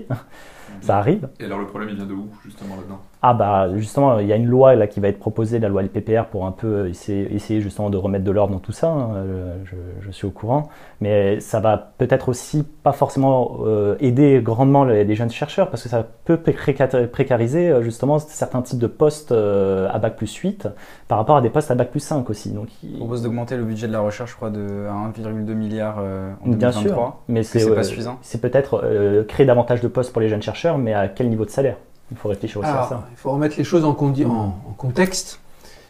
ça arrive. Et alors le problème il vient de où justement là-dedans? Ah bah justement, il y a une loi là qui va être proposée, la loi L P P R, pour un peu essayer, essayer justement de remettre de l'ordre dans tout ça, hein, je, je suis au courant, mais ça va peut-être aussi pas forcément euh, aider grandement les, les jeunes chercheurs, parce que ça peut précariser euh, justement certains types de postes euh, à bac plus huit par rapport à des postes à bac plus cinq aussi. Donc, il... On propose d'augmenter le budget de la recherche, je crois, de, à un virgule deux milliard euh, en deux mille vingt-trois. Bien sûr, mais c'est euh, pas euh, suffisant. C'est peut-être euh, créer davantage de postes pour les jeunes chercheurs, mais à quel niveau de salaire? Il faut réfléchir aussi Alors, à ça. Il faut remettre les choses en, en, en contexte.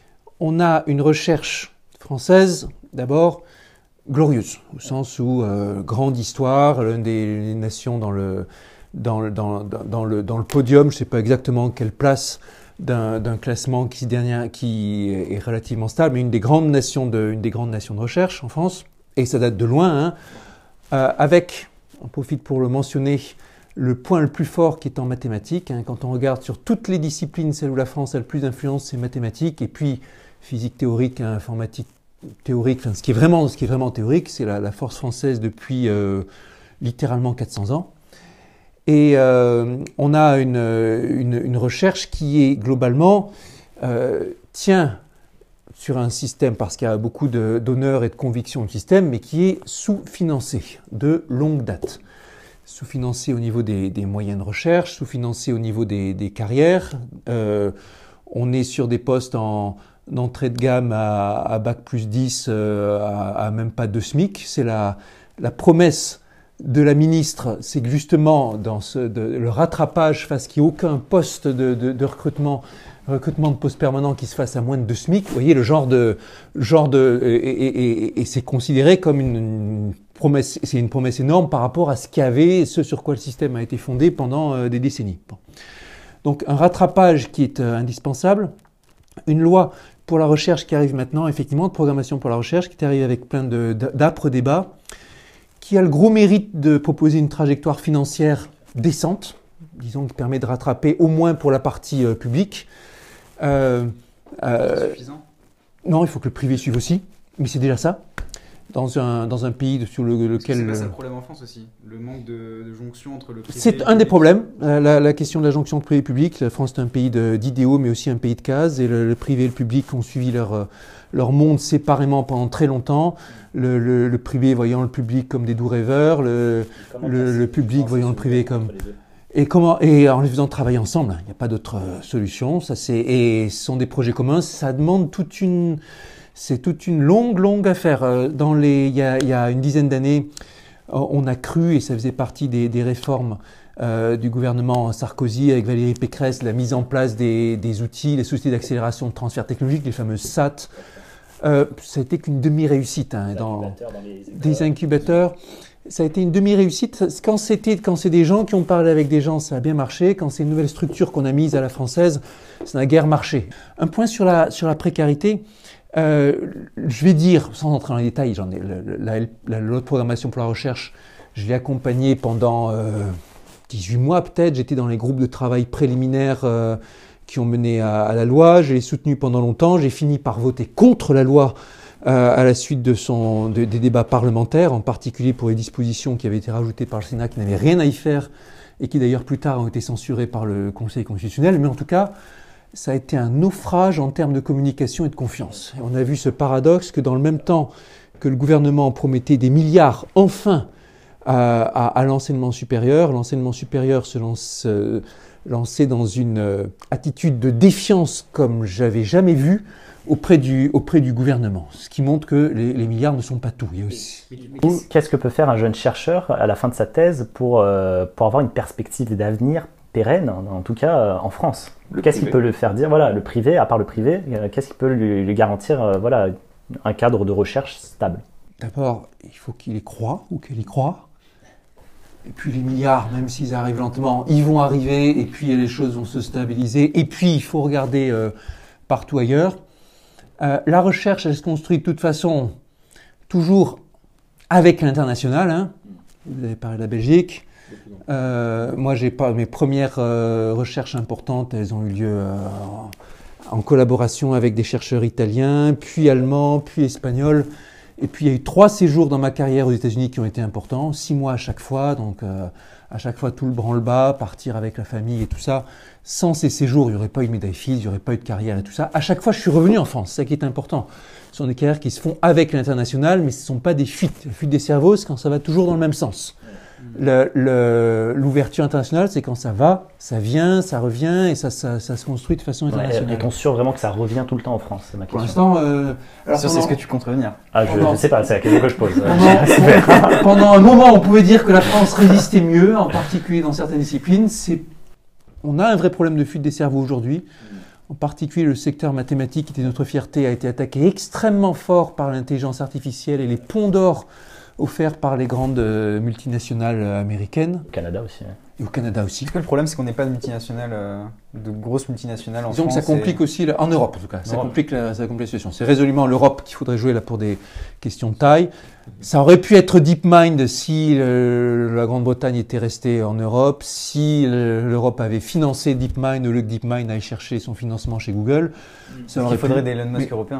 On a une recherche française, d'abord, glorieuse, au sens où euh, grande histoire, l'une des nations dans le, dans, dans, dans, le, dans le podium, je ne sais pas exactement quelle place d'un classement qui, dernier, qui est relativement stable, mais une des grandes nations de, une des grandes nations de recherche en France, et ça date de loin, hein, euh, avec, on profite pour le mentionner, le point le plus fort qui est en mathématiques. Hein, quand on regarde sur toutes les disciplines, celle où la France a le plus d'influence, c'est mathématiques, et puis physique théorique, informatique théorique, enfin, ce qui est vraiment, ce qui est vraiment théorique, c'est la, la force française depuis euh, littéralement quatre cents ans. Et euh, on a une, une, une recherche qui est globalement euh, tient sur un système parce qu'il y a beaucoup d'honneur et de conviction au système, mais qui est sous-financé de longue date. Sous-financé au niveau des, des moyens de recherche, sous-financé au niveau des, des carrières. Euh, on est sur des postes en entrée de gamme à, à bac plus dix, euh, à, à même pas deux SMIC. C'est la, la promesse de la ministre, c'est que justement, dans ce, de, le rattrapage fasse qu'il n'y ait aucun poste de, de, de recrutement, recrutement de poste permanent qui se fasse à moins de deux SMIC. Vous voyez, le genre de, genre de, et, et, et, et c'est considéré comme une, une promesse, c'est une promesse énorme par rapport à ce qu'avait, ce sur quoi le système a été fondé pendant euh, des décennies. Bon. Donc, un rattrapage qui est euh, indispensable, une loi pour la recherche qui arrive maintenant, effectivement, de programmation pour la recherche, qui arrive avec plein de, d'âpres débats, qui a le gros mérite de proposer une trajectoire financière décente, disons, qui permet de rattraper au moins pour la partie euh, publique. Euh, euh, C'est suffisant? Non, il faut que le privé suive aussi, mais c'est déjà ça. Dans un, dans un pays sur le, lequel... C'est pas ça le problème en France aussi, le manque de, de jonction entre le privé... C'est un des problèmes, la, la question de la jonction privé-public. La France est un pays d'idéaux, mais aussi un pays de cases, et le, le privé et le public ont suivi leur, leur monde séparément pendant très longtemps. Le, le, le privé voyant le public comme des doux rêveurs, le, le, le public voyant le privé comme... Et, comment, et en les faisant travailler ensemble, il n'y a pas d'autre solution. Ça, et ce sont des projets communs, ça demande toute une... C'est toute une longue, longue affaire. Dans les, il, y a, il y a une dizaine d'années, on a cru, et ça faisait partie des, des réformes euh, du gouvernement Sarkozy avec Valérie Pécresse, la mise en place des, des outils, les sociétés d'accélération de transfert technologique, les fameuses S A T. Euh, ça a été qu'une demi-réussite. Hein, dans, dans des incubateurs. Ça a été une demi-réussite. Quand c'était, quand c'est des gens qui ont parlé avec des gens, ça a bien marché. Quand c'est une nouvelle structure qu'on a mise à la française, ça n'a guère marché. Un point sur la, sur la précarité. Euh, je vais dire, sans entrer dans les détails, j'en ai la, la, la loi de programmation pour la recherche, je l'ai accompagnée pendant euh, dix-huit mois peut-être. J'étais dans les groupes de travail préliminaires euh, qui ont mené à, à la loi. Je l'ai soutenue pendant longtemps. J'ai fini par voter contre la loi euh, à la suite de son, de, des débats parlementaires, en particulier pour les dispositions qui avaient été rajoutées par le Sénat, qui n'avaient rien à y faire et qui d'ailleurs plus tard ont été censurées par le Conseil constitutionnel. Mais en tout cas, ça a été un naufrage en termes de communication et de confiance. Et on a vu ce paradoxe que dans le même temps que le gouvernement promettait des milliards, enfin, à, à, à l'enseignement supérieur, l'enseignement supérieur se lance, euh, lançait dans une euh, attitude de défiance comme j'avais jamais vu auprès du, auprès du gouvernement. Ce qui montre que les, les milliards ne sont pas tout. Il y a aussi... Qu'est-ce que peut faire un jeune chercheur à la fin de sa thèse pour, euh, pour avoir une perspective d'avenir pérenne, en tout cas en France? Qu'est-ce qui peut le faire dire, voilà, le privé, à part le privé, qu'est-ce qui peut lui, lui garantir euh, voilà, un cadre de recherche stable? D'abord, il faut qu'il y croie ou qu'elle y croie. Et puis les milliards, même s'ils arrivent lentement, ils vont arriver et puis les choses vont se stabiliser. Et puis il faut regarder euh, partout ailleurs. Euh, la recherche, elle se construit de toute façon toujours avec l'international. Hein. Vous avez parlé de la Belgique. Euh, moi, j'ai pas mes premières euh, recherches importantes, elles ont eu lieu euh, en collaboration avec des chercheurs italiens, puis allemands, puis espagnols. Et puis il y a eu trois séjours dans ma carrière aux États-Unis qui ont été importants, six mois à chaque fois, donc euh, à chaque fois tout le branle-bas, partir avec la famille et tout ça. Sans ces séjours, il n'y aurait pas eu de médaille Fields, il n'y aurait pas eu de carrière et tout ça. À chaque fois, je suis revenu en France, c'est ça qui est important. Ce sont des carrières qui se font avec l'international, mais ce ne sont pas des fuites. La fuite des cerveaux, c'est quand ça va toujours dans le même sens. L'ouverture internationale, c'est quand ça va, ça vient, ça revient et ça, ça, ça se construit de façon internationale. Ouais, est-on sûr vraiment que ça revient tout le temps en France? C'est ma question. Pour l'instant, euh, c'est ce que tu comptes revenir. Ah, je ne sais pas, c'est la question que je pose. Pendant, pendant un moment, on pouvait dire que la France résistait mieux, en particulier dans certaines disciplines. On a un vrai problème de fuite des cerveaux aujourd'hui. En particulier, le secteur mathématique, qui était notre fierté, a été attaqué extrêmement fort par l'intelligence artificielle et les ponts d'or offerts par les grandes multinationales américaines. Au Canada aussi. Hein. Et au Canada aussi. Est-ce que le problème, c'est qu'on n'est pas de multinationales, euh, de grosses multinationales en Disons France que ça complique et... aussi, la- en Europe en tout cas, ça Europe. complique, la, ça complique la situation. C'est résolument l'Europe qu'il faudrait jouer là pour des questions de taille. Ça aurait pu être DeepMind si euh, la Grande-Bretagne était restée en Europe, si euh, l'Europe avait financé DeepMind au lieu que DeepMind aille chercher son financement chez Google. Ça aurait Il faudrait pu- des Elon Musk Mais- européens.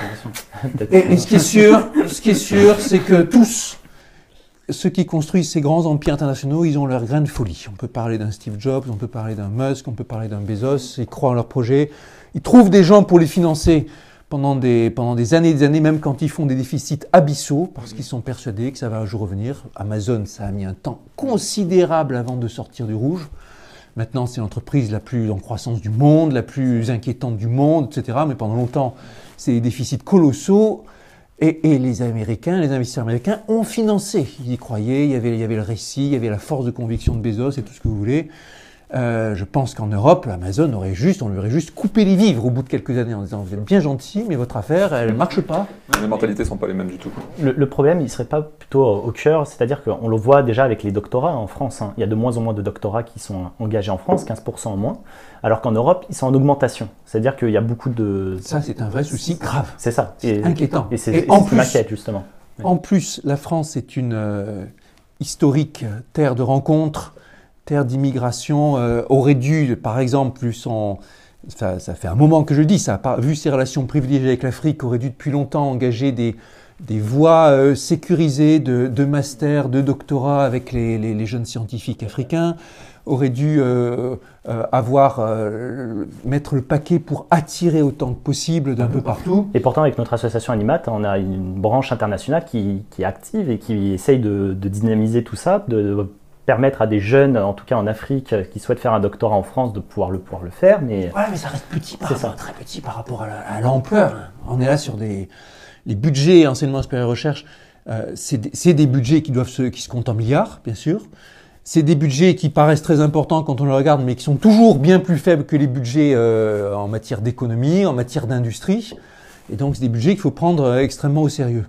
Et, et ce qui est sûr, ce qui est sûr, c'est que tous ceux qui construisent ces grands empires internationaux, ils ont leur grain de folie. On peut parler d'un Steve Jobs, on peut parler d'un Musk, on peut parler d'un Bezos. Ils croient en leurs projets. Ils trouvent des gens pour les financer pendant des, pendant des années et des années, même quand ils font des déficits abyssaux, parce qu'ils sont persuadés que ça va un jour revenir. Amazon, ça a mis un temps considérable avant de sortir du rouge. Maintenant, c'est l'entreprise la plus en croissance du monde, la plus inquiétante du monde, et cetera. Mais pendant longtemps, c'est des déficits colossaux. Et, et les Américains, les investisseurs américains ont financé. Ils y croyaient, il y avait, il y avait le récit, il y avait la force de conviction de Bezos et tout ce que vous voulez. Euh, je pense qu'en Europe, Amazon aurait juste, on lui aurait juste coupé les vivres au bout de quelques années en disant vous êtes bien gentil, mais votre affaire, elle ne marche pas. Les mentalités ne sont pas les mêmes du tout. Le, le problème, il ne serait pas plutôt au cœur, c'est-à-dire qu'on le voit déjà avec les doctorats en France. Hein. Il y a de moins en moins de doctorats qui sont engagés en France, quinze pour cent en moins, alors qu'en Europe, ils sont en augmentation. C'est-à-dire qu'il y a beaucoup de... Ça, c'est un vrai souci grave. C'est ça. C'est inquiétant. Et c'est Et et en c'est ce qui plus- m'inquiète, justement. En plus, la France est une euh, historique terre de rencontres, terre d'immigration, euh, aurait dû, par exemple, vu son, ça, ça fait un moment que je dis ça, par- vu ses relations privilégiées avec l'Afrique, aurait dû depuis longtemps engager des, des voies euh, sécurisées de, de master, de doctorat avec les, les, les jeunes scientifiques africains, aurait dû euh, euh, avoir, euh, mettre le paquet pour attirer autant que possible d'un peu partout. Et pourtant, avec notre association Animat, on a une branche internationale qui, qui est active et qui essaye de, de dynamiser tout ça, de, de permettre à des jeunes, en tout cas en Afrique, qui souhaitent faire un doctorat en France, de pouvoir le, pouvoir le faire. Mais Ouais, mais ça reste petit par C'est rapport, ça. très petit par rapport à la- à l'ampleur. On est là sur des les budgets enseignement supérieur et recherche. Euh, c'est des, c'est des budgets qui doivent se qui se comptent en milliards, bien sûr. C'est des budgets qui paraissent très importants quand on le regarde, mais qui sont toujours bien plus faibles que les budgets euh, en matière d'économie, en matière d'industrie. Et donc, c'est des budgets qu'il faut prendre euh, extrêmement au sérieux.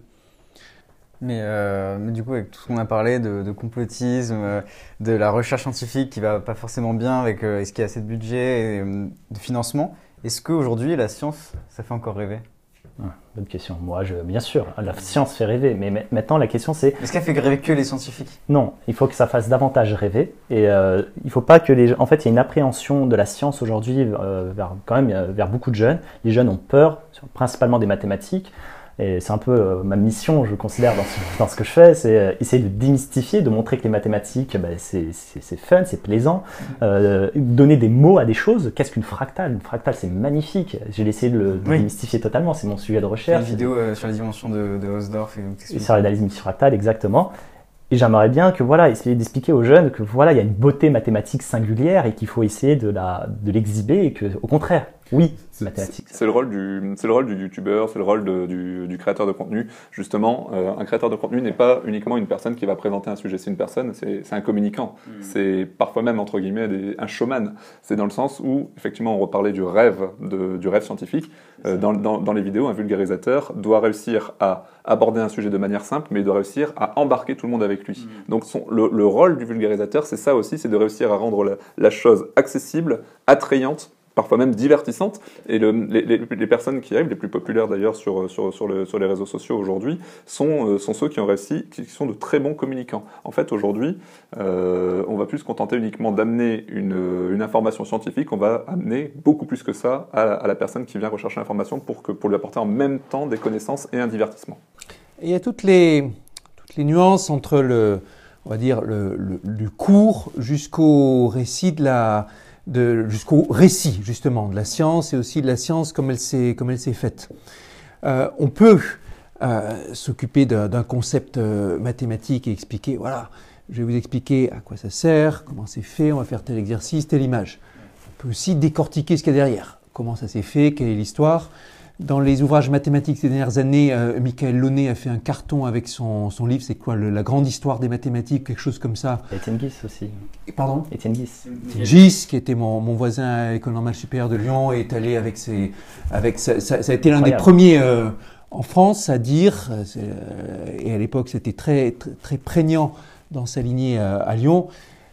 Mais, euh, mais du coup, avec tout ce qu'on a parlé de, de complotisme, euh, de la recherche scientifique qui va pas forcément bien avec euh, est-ce qu'il y a assez de budget et euh, de financement, est-ce qu'aujourd'hui, la science, ça fait encore rêver? Ah, bonne question. Moi, je, bien sûr, la science fait rêver, mais ma- maintenant la question c'est Est-ce qu'elle fait rêver que les scientifiques? non, il faut que ça fasse davantage rêver. Et euh, il faut pas que les gens. En fait, il y a une appréhension de la science aujourd'hui euh, vers quand même euh, vers beaucoup de jeunes. Les jeunes ont peur, sur- principalement des mathématiques. Et c'est un peu euh, ma mission, je considère, dans ce, dans ce que je fais, c'est euh, essayer de démystifier, de montrer que les mathématiques, bah, c'est c'est- c'est fun, c'est plaisant. Euh, donner des mots à des choses. Qu'est-ce qu'une fractale? Une fractale, c'est magnifique. J'ai essayé de le de Oui. démystifier totalement. C'est mon sujet de Il y a recherche. une vidéo euh, sur la dimension de, de Hausdorff. Et, Et sur l'analyse multifractale, exactement. Et j'aimerais bien que voilà, essayer d'expliquer aux jeunes que voilà, il y a une beauté mathématique singulière et qu'il faut essayer de la de l'exhiber et que au contraire, oui, mathématiques. C'est le rôle du, c'est le rôle du youtubeur, c'est le rôle de- du, du créateur de contenu. Justement, euh, un créateur de contenu n'est pas uniquement une personne qui va présenter un sujet. C'est une personne, c'est c'est un communicant. C'est parfois même entre guillemets des- un showman. C'est dans le sens où effectivement on reparlait du rêve, de, du rêve scientifique. Euh, dans, dans, dans les vidéos, un vulgarisateur doit réussir à aborder un sujet de manière simple, mais il doit réussir à embarquer tout le monde avec lui. Donc son, le, le rôle du vulgarisateur, c'est ça aussi, c'est de réussir à rendre la, la chose accessible, attrayante, parfois même divertissante. Et le, les, les, les personnes qui arrivent, les plus populaires d'ailleurs sur, sur, sur, le, sur les réseaux sociaux aujourd'hui, sont, euh, sont ceux qui ont réussi, qui sont de très bons communicants. En fait, aujourd'hui, euh, on va plus se contenter uniquement d'amener une, une information scientifique, on va amener beaucoup plus que ça à la, à la personne qui vient rechercher l'information pour, que, pour lui apporter en même temps des connaissances et un divertissement. Et il y a toutes les, toutes les nuances entre le, on va dire, le, le, le cours jusqu'au récit de la, de, jusqu'au récit, justement, de la science et aussi de la science comme elle s'est, comme elle s'est faite. Euh, on peut euh, s'occuper d'un, d'un concept euh, mathématique et expliquer, voilà, je vais vous expliquer à quoi ça sert, comment c'est fait, on va faire tel exercice, telle image. On peut aussi décortiquer ce qu'il y a derrière, comment ça s'est fait, quelle est l'histoire. Dans les ouvrages mathématiques ces dernières années, euh, Michael Launay a fait un carton avec son, son livre, c'est quoi, le, la grande histoire des mathématiques, quelque chose comme ça. Étienne Guis aussi. Et pardon Étienne Guis. Gis, qui était mon, mon voisin à l'École normale supérieure de Lyon, est allé avec ses... Avec sa, ça, ça a été l'un des Incroyable. premiers euh, en France à dire, euh, c'est, euh, et à l'époque c'était très, très, très prégnant dans sa lignée euh, à Lyon,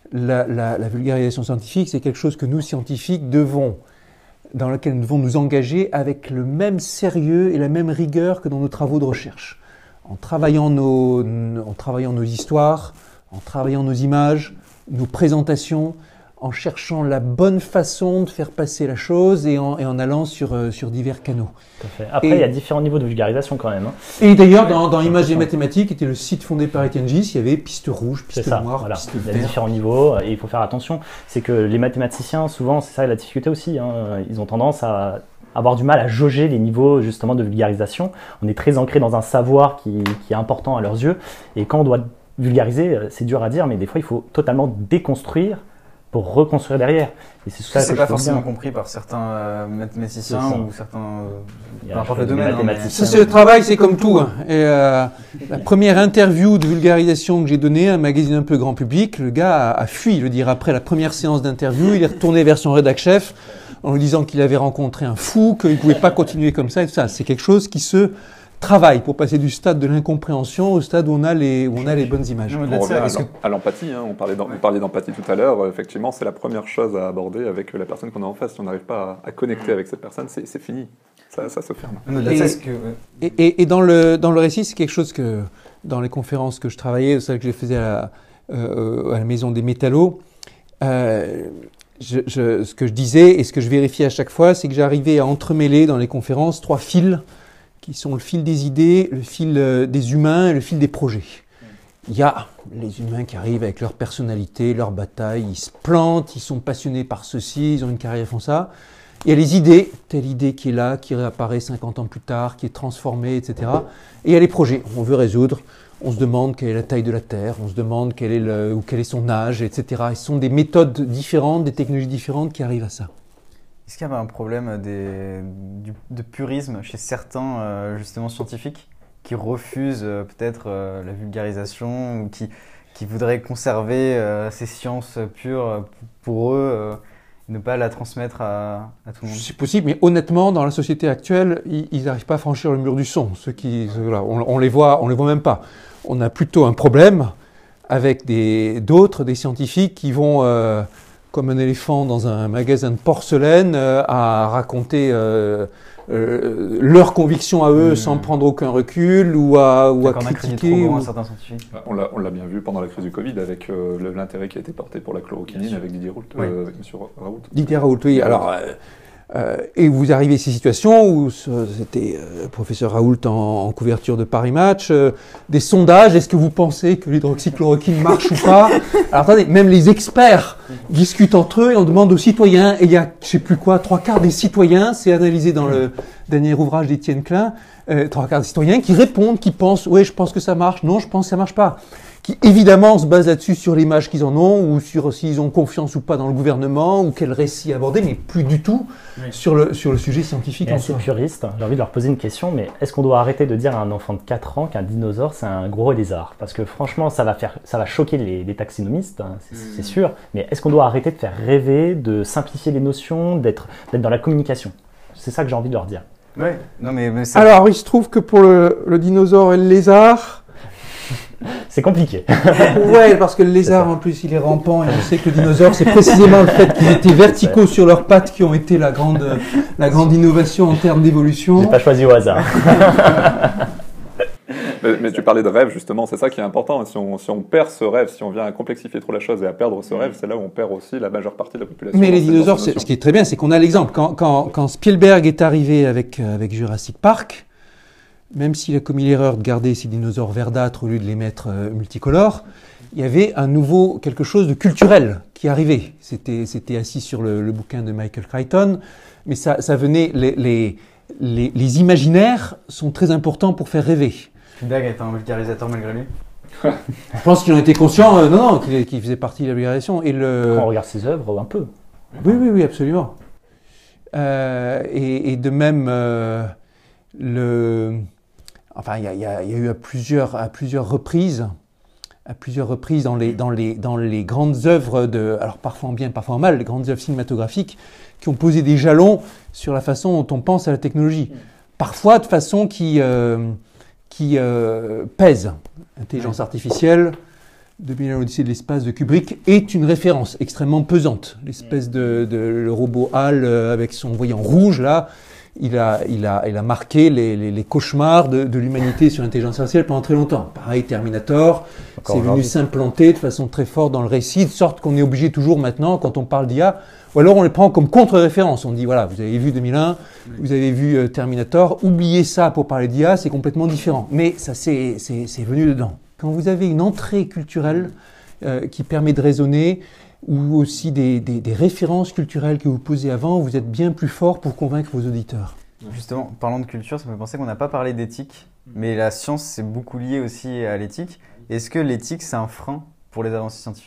la, la, la vulgarisation scientifique, c'est quelque chose que nous, scientifiques, devons, dans lequel nous devons nous engager avec le même sérieux et la même rigueur que dans nos travaux de recherche. En travaillant nos, en travaillant nos histoires, en travaillant nos images, nos présentations, en cherchant la bonne façon de faire passer la chose et en, et en allant sur, euh, sur divers canaux. Tout à fait. Après, et, il y a différents niveaux de vulgarisation quand même. Hein. Et d'ailleurs, dans, dans Images et Mathématiques, qui était le site fondé par Etienne Gis, il y avait piste rouge, piste ça, noire, voilà. piste verte. Il y a vert. différents niveaux et il faut faire attention. C'est que les mathématiciens, souvent, c'est ça la difficulté aussi. Hein. Ils ont tendance à avoir du mal à jauger les niveaux justement de vulgarisation. On est très ancré dans un savoir qui, qui est important à leurs yeux. Et quand on doit vulgariser, c'est dur à dire, mais des fois, il faut totalement déconstruire pour reconstruire derrière. Et c'est ça c'est que pas je trouve forcément bien. compris par certains euh, mathématiciens ou certains euh, Il y a peu importe des le domaine. hein, mais- mathématiciens. Ça, c'est le travail, c'est comme tout. Hein. Et, euh, la première interview de vulgarisation que j'ai donnée à un magazine un peu grand public, le gars a, a fui. Je veux dire, après la première séance d'interview, il est retourné vers son rédac chef en lui disant qu'il avait rencontré un fou, qu'il ne pouvait pas continuer comme ça et tout ça. C'est quelque chose qui se travaille pour passer du stade de l'incompréhension au stade où on a les, où on a les bonnes images. Non, mais On au-delà de revient ça, à est-ce que- l'em- à l'empathie, hein. on parlait d'em- vous parliez d'empathie tout à l'heure, Euh, effectivement c'est la première chose à aborder avec la personne qu'on a en face. Si on n'arrive pas à, à connecter avec cette personne, c'est c'est fini, ça, ça se ferme. au-delà de ça, Et- est-ce que- Et, et, et dans, le, dans le récit, c'est quelque chose que, dans les conférences que je travaillais, celles que je faisais à la, euh, à la Maison des Métallos, euh, je, je, ce que je disais et ce que je vérifiais à chaque fois, c'est que j'arrivais à entremêler dans les conférences trois fils qui sont le fil des idées, le fil euh, des humains et le fil des projets. Il y a les humains qui arrivent avec leur personnalité, leur bataille, ils se plantent, ils sont passionnés par ceci, ils ont une carrière, ils font ça. Il y a les idées, telle idée qui est là, qui réapparaît cinquante ans plus tard, qui est transformée, et cetera. Et il y a les projets, on veut résoudre, on se demande quelle est la taille de la Terre, on se demande quel est, le, ou quel est son âge, et cetera. Ce sont des méthodes différentes, des technologies différentes qui arrivent à ça. Est-ce qu'il y avait un problème des, du- de purisme chez certains euh, justement scientifiques qui refusent euh, peut-être euh, la vulgarisation ou qui, qui voudraient conserver euh, ces sciences pures euh, pour eux euh, et ne pas la transmettre à, à tout le monde? C'est possible, mais honnêtement, dans la société actuelle, ils n'arrivent pas à franchir le mur du son. Ceux qui, ceux là, on, on les voit, on les voit même pas. On a plutôt un problème avec des, d'autres, des scientifiques qui vont, euh, comme un éléphant dans un magasin de porcelaine, euh, à raconter euh, euh, leurs convictions à eux Mmh. sans prendre aucun recul ou à, ou à D'accord, on a crédit trop critiquer. grand à ou- certains scientifiques. On l'a on l'a bien vu pendant la crise du Covid avec euh, le- l'intérêt qui a été porté pour la chloroquinine avec Didier Raoult, Oui. euh, avec Monsieur Raoult. Didier Raoult, oui. Alors, euh, euh, et vous arrivez à ces situations où ce- c'était euh, le professeur Raoult en, en couverture de Paris Match, euh, des sondages, est-ce que vous pensez que l'hydroxychloroquine marche ou pas? Alors attendez, même les experts discutent entre eux et on demande aux citoyens, et il y a, je sais plus quoi, trois quarts des citoyens, c'est analysé dans le dernier ouvrage d'Étienne Klein, euh, trois quarts des citoyens qui répondent, qui pensent, oui, je pense que ça marche, non, je pense que ça marche pas. Qui évidemment se basent là-dessus sur l'image qu'ils en ont, ou sur s'ils ont confiance ou pas dans le gouvernement, ou quel récit aborder, mais plus du tout sur, le, sur le sujet scientifique Et en assez soi. puriste, j'ai envie de leur poser une question, mais est-ce qu'on doit arrêter de dire à un enfant de quatre ans qu'un dinosaure c'est un gros lézard? Parce que franchement, ça va, faire, ça va choquer les, les taxinomistes, hein, c'est c'est sûr, mais est-ce qu'on doit arrêter de faire rêver, de simplifier les notions, d'être d'être dans la communication? C'est ça que j'ai envie de leur dire. Ouais. Non mais, mais ça- Alors, il se trouve que pour le, le dinosaure et le lézard, C'est compliqué. ouais, parce que le lézard, ça. en plus, il est rampant, et on sait que le dinosaure, c'est précisément le fait qu'ils étaient verticaux sur leurs pattes qui ont été la grande, la grande innovation en termes d'évolution. J'ai pas choisi au hasard. Mais, mais tu parlais de rêve justement, c'est ça qui est important. Si on, si on perd ce rêve, si on vient à complexifier trop la chose et à perdre ce rêve, c'est là où on perd aussi la majeure partie de la population. Mais les dans cette- dinosaures, dans cette c'est- notion. ce qui est très bien, c'est qu'on a l'exemple. Quand, quand, quand Spielberg est arrivé avec, euh, avec Jurassic Park, même s'il a commis l'erreur de garder ces dinosaures verdâtres au lieu de les mettre euh, multicolores, il y avait un nouveau, quelque chose de culturel qui arrivait. C'était, c'était assis sur le, le bouquin de Michael Crichton, mais ça, ça venait, les, les, les, les imaginaires sont très importants pour faire rêver. Spielberg est un vulgarisateur malgré lui. Je pense qu'ils en étaient conscients, euh, non, non, qu'il, qu'il faisait partie de la vulgarisation. Et le... Quand on regarde ses œuvres, un peu. Oui, oui, oui, absolument. Euh, et, et de même, euh, le, enfin, il y a, il y a- il y a eu à plusieurs, à plusieurs reprises, à plusieurs reprises dans les, dans les, dans les grandes œuvres de, alors parfois en bien, parfois en mal, les grandes œuvres cinématographiques, qui ont posé des jalons sur la façon dont on pense à la technologie. Parfois de façon qui, euh, qui euh, pèse. Intelligence artificielle, deux mille un l'Odyssée de l'espace de Kubrick est une référence extrêmement pesante. L'espèce de, de le robot HAL euh, avec son voyant rouge, là, il a, il a, il a marqué les, les, les cauchemars de, de l'humanité sur l'intelligence artificielle pendant très longtemps. Pareil, Terminator, c'est venu s'implanter de façon très forte dans le récit, de sorte qu'on est obligé toujours maintenant, quand on parle d'I A, ou alors on les prend comme contre-référence. On dit, voilà, vous avez vu deux mille un, vous avez vu euh, Terminator, oubliez ça pour parler d'I A, c'est complètement différent. Mais ça, c'est, c'est, c'est venu dedans. Quand vous avez une entrée culturelle euh, qui permet de raisonner, ou aussi des, des, des références culturelles que vous posez avant, vous êtes bien plus fort pour convaincre vos auditeurs. Justement, parlant de culture, ça me fait penser qu'on n'a pas parlé d'éthique, mais la science, c'est beaucoup lié aussi à l'éthique. Est-ce que l'éthique, c'est un frein pour les avancées scientifiques ?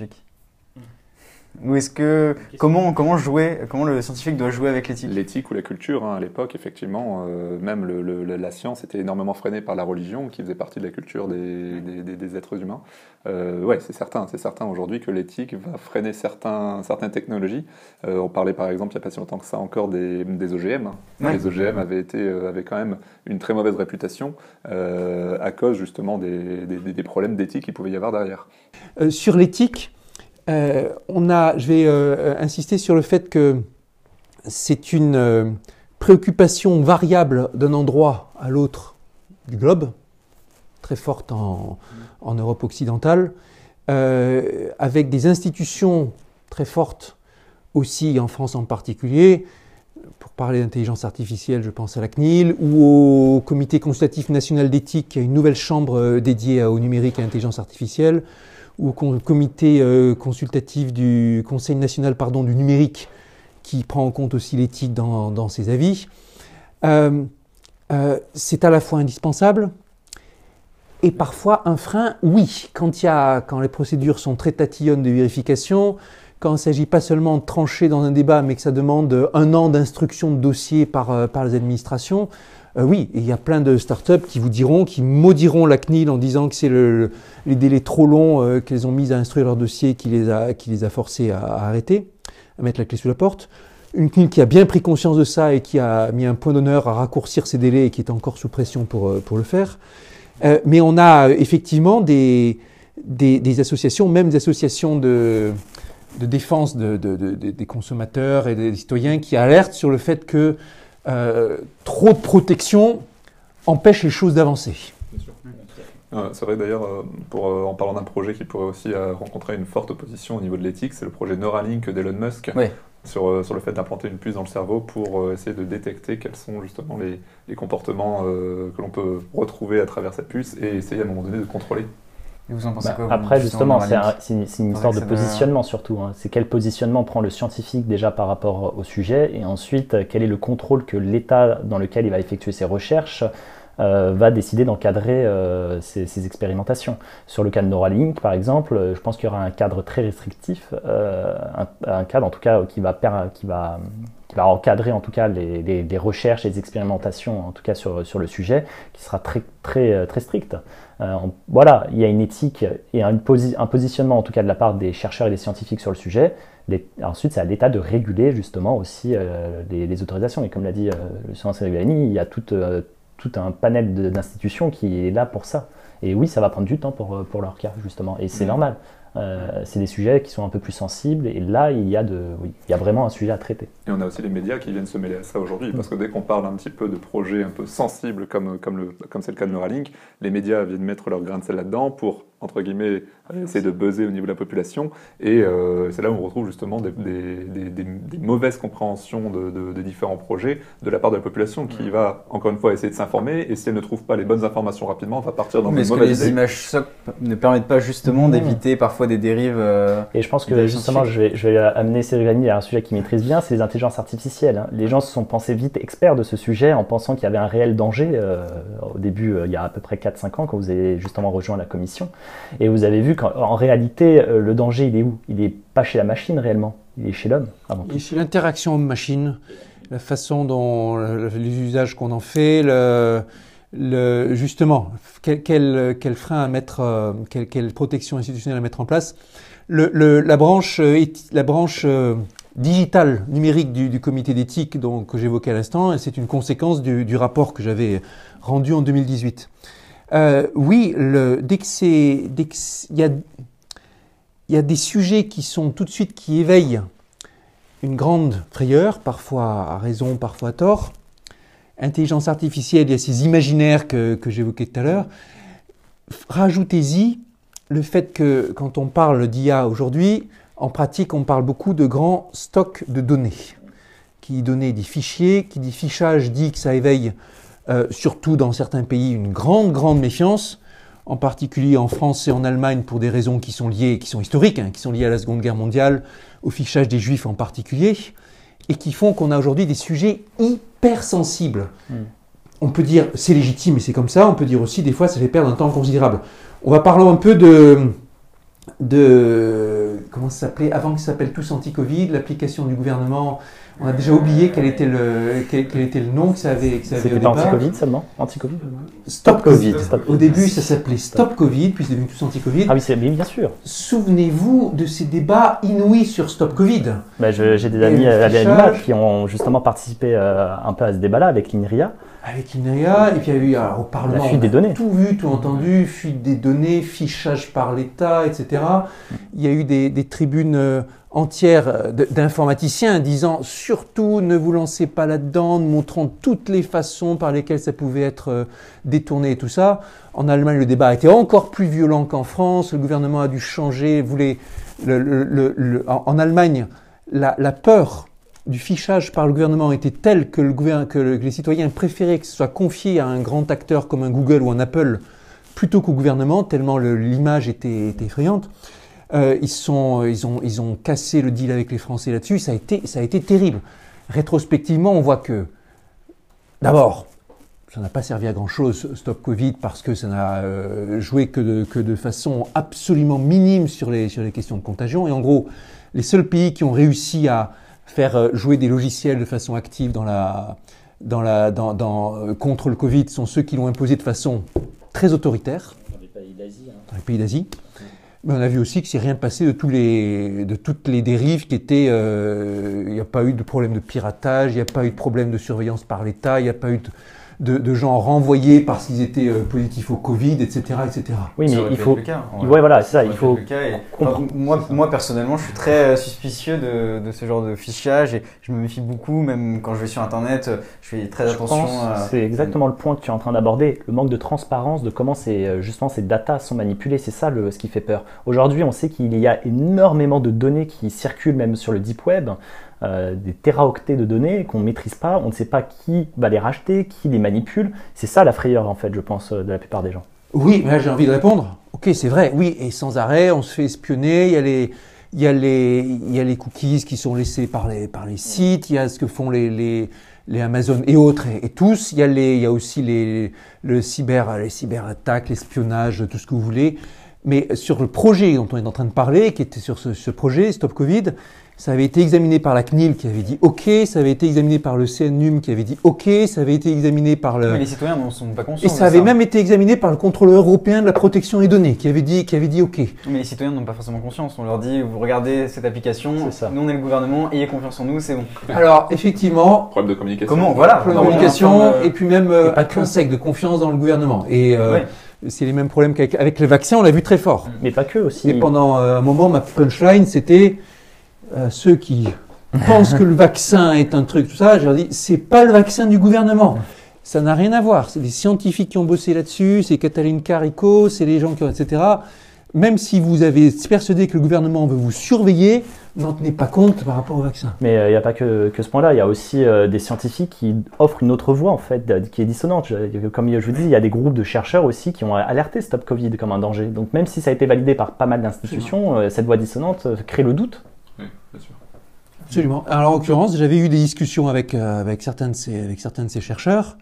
Ou est-ce que comment comment jouer comment le scientifique doit jouer avec l'éthique? L'éthique ou la culture, hein, à l'époque, effectivement, euh, même le, le, la science était énormément freinée par la religion, qui faisait partie de la culture des, des, des, des êtres humains. Euh, ouais, c'est certain, c'est certain aujourd'hui que l'éthique va freiner certains, certaines technologies. Euh, on parlait par exemple, il n'y a pas si longtemps que ça encore, des, des O G M. Ouais. Les O G M avaient été euh, avaient quand même une très mauvaise réputation euh, à cause justement des, des, des problèmes d'éthique qu'il pouvait y avoir derrière. Euh, sur l'éthique. Euh, on a, je vais euh, insister sur le fait que c'est une euh, préoccupation variable d'un endroit à l'autre du globe, très forte en, en Europe occidentale, euh, avec des institutions très fortes aussi en France en particulier. Pour parler d'intelligence artificielle, je pense à la C N I L ou au Comité consultatif national d'éthique, qui a une nouvelle chambre dédiée au numérique et à l'intelligence artificielle, ou au comité euh, consultatif du Conseil national pardon, du numérique, qui prend en compte aussi l'éthique dans, dans ses avis. Euh, euh, c'est à la fois indispensable et parfois un frein, oui, quand, il y a, quand les procédures sont très tatillonnes de vérification, quand il ne s'agit pas seulement de trancher dans un débat, mais que ça demande un an d'instruction de dossier par, par les administrations. Euh, oui, il y a plein de startups qui vous diront, qui maudiront la C N I L en disant que c'est le, le, les délais trop longs euh, qu'elles ont mis à instruire leur dossier qui les a, qui les a forcés à, à arrêter, à mettre la clé sous la porte. Une C N I L qui a bien pris conscience de ça et qui a mis un point d'honneur à raccourcir ses délais et qui est encore sous pression pour, pour le faire. Euh, mais on a effectivement des, des, des associations, même des associations de, de défense de, de, de, de, des consommateurs et des citoyens qui alertent sur le fait que Euh, trop de protection empêche les choses d'avancer. Euh, c'est vrai d'ailleurs, euh, pour, euh, en parlant d'un projet qui pourrait aussi euh, rencontrer une forte opposition au niveau de l'éthique, c'est le projet Neuralink d'Elon Musk, oui. sur, euh, sur le fait d'implanter une puce dans le cerveau pour euh, essayer de détecter quels sont justement les, les comportements euh, que l'on peut retrouver à travers cette puce et essayer à un moment donné de contrôler. Et vous en pensez bah, quoi, après, vous, justement, c'est, un, c'est une, c'est une histoire de de... positionnement surtout. Hein. C'est quel positionnement prend le scientifique déjà par rapport au sujet, et ensuite, quel est le contrôle que l'État dans lequel il va effectuer ses recherches euh, va décider d'encadrer euh, ces, ces expérimentations. Sur le cas de Neuralink, par exemple, je pense qu'il y aura un cadre très restrictif, euh, un, un cadre en tout cas qui va, qui va, qui va encadrer en tout cas les, les, les recherches et les expérimentations, en tout cas sur, sur le sujet, qui sera très, très, très strict. Euh, voilà, il y a une éthique et un, posi- un positionnement en tout cas de la part des chercheurs et des scientifiques sur le sujet. Les, ensuite, c'est à l'État de réguler justement aussi euh, les, les autorisations. Et comme l'a dit euh, le sénateur Rivani, il y a tout, euh, tout un panel de, d'institutions qui est là pour ça. Et oui, ça va prendre du temps pour, pour leur cas justement. Et c'est mmh. normal. Euh, c'est des sujets qui sont un peu plus sensibles et là il y a de, oui, il y a vraiment un sujet à traiter. Et on a aussi les médias qui viennent se mêler à ça aujourd'hui, parce que dès qu'on parle un petit peu de projets un peu sensibles comme, comme, le, comme c'est le cas de Neuralink, les médias viennent mettre leur grain de sel là-dedans pour, entre guillemets, essayer de buzzer au niveau de la population, et euh, c'est là où on retrouve justement des, des, des, des, des mauvaises compréhensions de, de, de différents projets de la part de la population qui va, encore une fois, essayer de s'informer, et si elle ne trouve pas les bonnes informations rapidement, va partir dans une mauvaise idée. Mais est-ce que les images S O C ne permettent pas justement mmh. d'éviter parfois des dérives euh, Et je pense que justement, je vais, je vais amener Cédric Rivani à un sujet qu'il maîtrise bien, c'est les intelligences artificielles. Hein. Les gens se sont pensés vite experts de ce sujet en pensant qu'il y avait un réel danger euh, au début, euh, il y a à peu près quatre cinq ans, quand vous avez justement rejoint la commission. Et vous avez vu qu'en réalité, euh, le danger, il est où? Il n'est pas chez la machine réellement, il est chez l'homme avant tout. Il est chez l'interaction homme-machine, la façon dont, le, les usages qu'on en fait, le... Le, justement, quel, quel, quel frein à mettre, euh, quelle, quelle protection institutionnelle à mettre en place. Le, le, la branche, euh, la branche euh, digitale, numérique du, du comité d'éthique dont, que j'évoquais à l'instant, c'est une conséquence du, du rapport que j'avais rendu en deux mille dix-huit. Euh, oui, le, dès que c'est, dès que y a, il y a des sujets qui sont tout de suite, qui éveillent une grande frayeur, parfois à raison, parfois à tort. Intelligence artificielle, il y a ces imaginaires que, que j'évoquais tout à l'heure. Rajoutez-y le fait que quand on parle d'I A aujourd'hui, en pratique, on parle beaucoup de grands stocks de données. Qui donne des fichiers, qui dit fichage, dit que ça éveille, euh, surtout dans certains pays, une grande, grande méfiance, en particulier en France et en Allemagne pour des raisons qui sont liées, qui sont historiques, hein, qui sont liées à la Seconde Guerre mondiale, au fichage des Juifs en particulier, et qui font qu'on a aujourd'hui des sujets hyper sensibles. Mm. On peut dire c'est légitime et c'est comme ça, on peut dire aussi des fois ça fait perdre un temps considérable. On va parler un peu de, de comment ça s'appelait, avant que ça s'appelle Tous Anti-Covid, l'application du gouvernement. On a déjà oublié quel était le, quel, quel était le nom que ça avait, que ça avait au départ. C'était pas Anti-Covid seulement Anti-Covid Stop Covid. Stop. Au début, ça s'appelait Stop Covid, puis c'est devenu Tous Anti-Covid. Ah oui, c'est bien sûr. Souvenez-vous de ces débats inouïs sur Stop Covid. Bah, je, j'ai des amis à l'Animal qui ont justement participé euh, un peu à ce débat-là avec l'INRIA. Avec l'INRIA, et puis il y a eu alors, au Parlement, la fuite des données. Tout vu, tout entendu, fuite des données, fichage par l'État, et cetera. Il y a eu des, des tribunes euh, entières d'informaticiens disant surtout ne vous lancez pas là-dedans, montrant toutes les façons par lesquelles ça pouvait être euh, détourné et tout ça. En Allemagne, le débat a été encore plus violent qu'en France. Le gouvernement a dû changer. Voulait, le, le, le, le, en, en Allemagne, la, la peur du fichage par le gouvernement était telle que, le gouvernement, que, le, que les citoyens préféraient que ce soit confié à un grand acteur comme un Google ou un Apple plutôt qu'au gouvernement, tellement le, l'image était, était effrayante. Euh, ils, sont, ils, ont, ils ont cassé le deal avec les Français là-dessus, ça a été, ça a été terrible. Rétrospectivement, on voit que, d'abord, ça n'a pas servi à grand-chose, Stop Covid, parce que ça n'a euh, joué que de, que de façon absolument minime sur les, sur les questions de contagion. Et en gros, les seuls pays qui ont réussi à faire jouer des logiciels de façon active dans la, dans la, dans, dans, contre le Covid sont ceux qui l'ont imposé de façon très autoritaire. Dans les pays d'Asie. Hein. Dans les pays d'Asie. Mais on a vu aussi que c'est rien passé de, tous les, de toutes les dérives qui étaient... Euh, il n'y a pas eu de problème de piratage, il n'y a pas eu de problème de surveillance par l'État, il n'y a pas eu de, de, de gens renvoyés parce qu'ils étaient euh, positifs au Covid, et cetera, et cetera. Oui, mais ça il faut... Le cas, ouais, voilà, c'est ça. Il faut... Le cas et... enfin, moi, moi, personnellement, je suis très suspicieux de, de ce genre de fichage et je me méfie beaucoup, même quand je vais sur Internet, je fais très je attention. Pense à... C'est exactement le point que tu es en train d'aborder, le manque de transparence de comment ces, justement ces datas sont manipulées. C'est ça le, ce qui fait peur. Aujourd'hui, on sait qu'il y a énormément de données qui circulent même sur le deep web. Euh, des téraoctets de données qu'on ne maîtrise pas, on ne sait pas qui va les racheter, qui les manipule. C'est ça la frayeur, en fait, je pense, de la plupart des gens. Oui, mais là j'ai envie de répondre. Ok, c'est vrai, oui, et sans arrêt, on se fait espionner, il y a les, il y a les, il y a les cookies qui sont laissés par les, par les sites, il y a ce que font les, les, les Amazon et autres, et, et tous, il y a les, il y a aussi les, le cyber, les cyberattaques, l'espionnage, tout ce que vous voulez. Mais sur le projet dont on est en train de parler, qui était sur ce, ce projet, Stop Covid, ça avait été examiné par la C N I L qui avait dit OK, ça avait été examiné par le C N U M qui avait dit OK, ça avait été examiné par le... Mais les citoyens n'en sont pas conscients. Et ça avait ça. même été examiné par le contrôleur européen de la protection des données qui avait dit, qui avait dit OK. Mais les citoyens n'ont pas forcément conscience. On leur dit, vous regardez cette application, nous on est le gouvernement, ayez confiance en nous, c'est bon. Alors effectivement... Problème de communication. Comment Voilà. Problème de communication et puis même euh, intrinsèque de confiance dans le gouvernement. Et... Euh, ouais. C'est les mêmes problèmes qu'avec avec les vaccins, on l'a vu très fort. Mais pas que aussi. Et pendant euh, un moment, ma punchline, c'était euh, ceux qui pensent que le vaccin est un truc, tout ça, je leur dis, c'est pas le vaccin du gouvernement. Ça n'a rien à voir. C'est les scientifiques qui ont bossé là-dessus, c'est Cataline Carico, c'est les gens qui ont, et cetera. Même si vous avez persuadé que le gouvernement veut vous surveiller, n'en tenez pas compte par rapport au vaccin. Mais il euh, n'y a pas que, que ce point-là, il y a aussi euh, des scientifiques qui offrent une autre voie en fait, de, qui est dissonante. Je, comme je vous dis, il y a des groupes de chercheurs aussi qui ont alerté Stop Covid comme un danger. Donc même si ça a été validé par pas mal d'institutions, euh, cette voie dissonante euh, crée le doute. Oui, bien sûr. Absolument. Alors en l'occurrence, j'avais eu des discussions avec, euh, avec, certains de ces, avec certains de ces chercheurs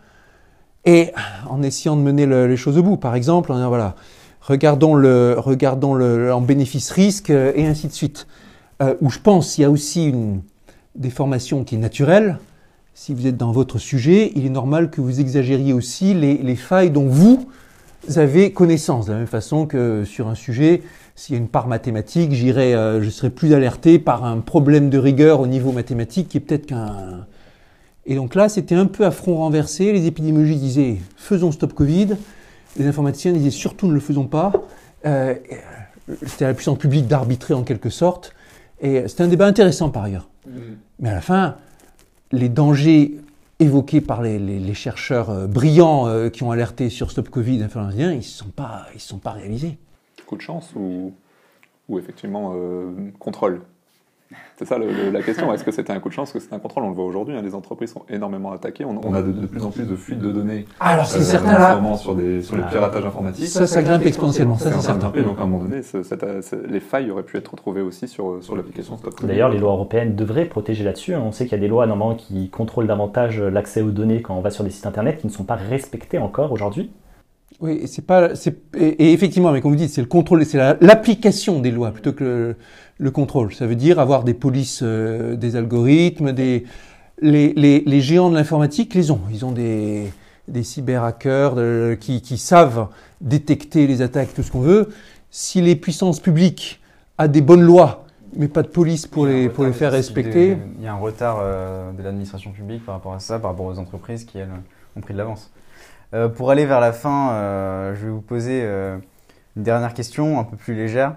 et en essayant de mener le, les choses au bout. Par exemple, on, voilà, regardons le, regardons le en bénéfice-risque euh, et ainsi de suite. Euh, où je pense qu'il y a aussi une déformation qui est naturelle. Si vous êtes dans votre sujet, il est normal que vous exagériez aussi les, les failles dont vous avez connaissance. De la même façon que sur un sujet, s'il y a une part mathématique, j'irai, euh, je serai plus alerté par un problème de rigueur au niveau mathématique qui est peut-être qu'un... Et donc là, c'était un peu à front renversé. Les épidémiologistes disaient « faisons Stop Covid ». Les informaticiens disaient « surtout ne le faisons pas euh, ». c'était à la puissance publique d'arbitrer en quelque sorte. Et c'était un débat intéressant par ailleurs. Mmh. Mais à la fin, les dangers évoqués par les, les, les chercheurs euh, brillants euh, qui ont alerté sur Stop Covid, influenzien, ils ne se sont pas, ils se sont pas réalisés. Coup de chance ou, ou effectivement euh, contrôle? C'est ça le, le, la question. Est-ce que c'était un coup de chance ou que c'était un contrôle? On le voit aujourd'hui, hein, les entreprises sont énormément attaquées. On, on a de, de plus en plus de fuites de données. Alors c'est euh, certain là. Sur, des, sur les piratages informatiques. Ça, ça grimpe exponentiellement. Ça, c'est certain. Grimpé, donc à un moment donné, c'est, c'est, c'est, les failles auraient pu être retrouvées aussi sur, sur l'application Stop Covid. D'ailleurs, les lois européennes devraient protéger là-dessus. On sait qu'il y a des lois normalement qui contrôlent davantage l'accès aux données quand on va sur des sites internet qui ne sont pas respectées encore aujourd'hui. Oui, c'est pas, c'est, et, et effectivement, mais comme vous dites, c'est le contrôle, c'est la, l'application des lois plutôt que le, le contrôle. Ça veut dire avoir des polices, euh, des algorithmes, des, les, les, les géants de l'informatique les ont. Ils ont des, des cyberhackers de, qui, qui savent détecter les attaques, tout ce qu'on veut. Si les puissances publiques ont des bonnes lois, mais pas de police pour les, pour les faire respecter. Il y a un retard euh, de l'administration publique par rapport à ça, par rapport aux entreprises qui, elles, ont pris de l'avance. Euh, pour aller vers la fin, euh, je vais vous poser euh, une dernière question un peu plus légère.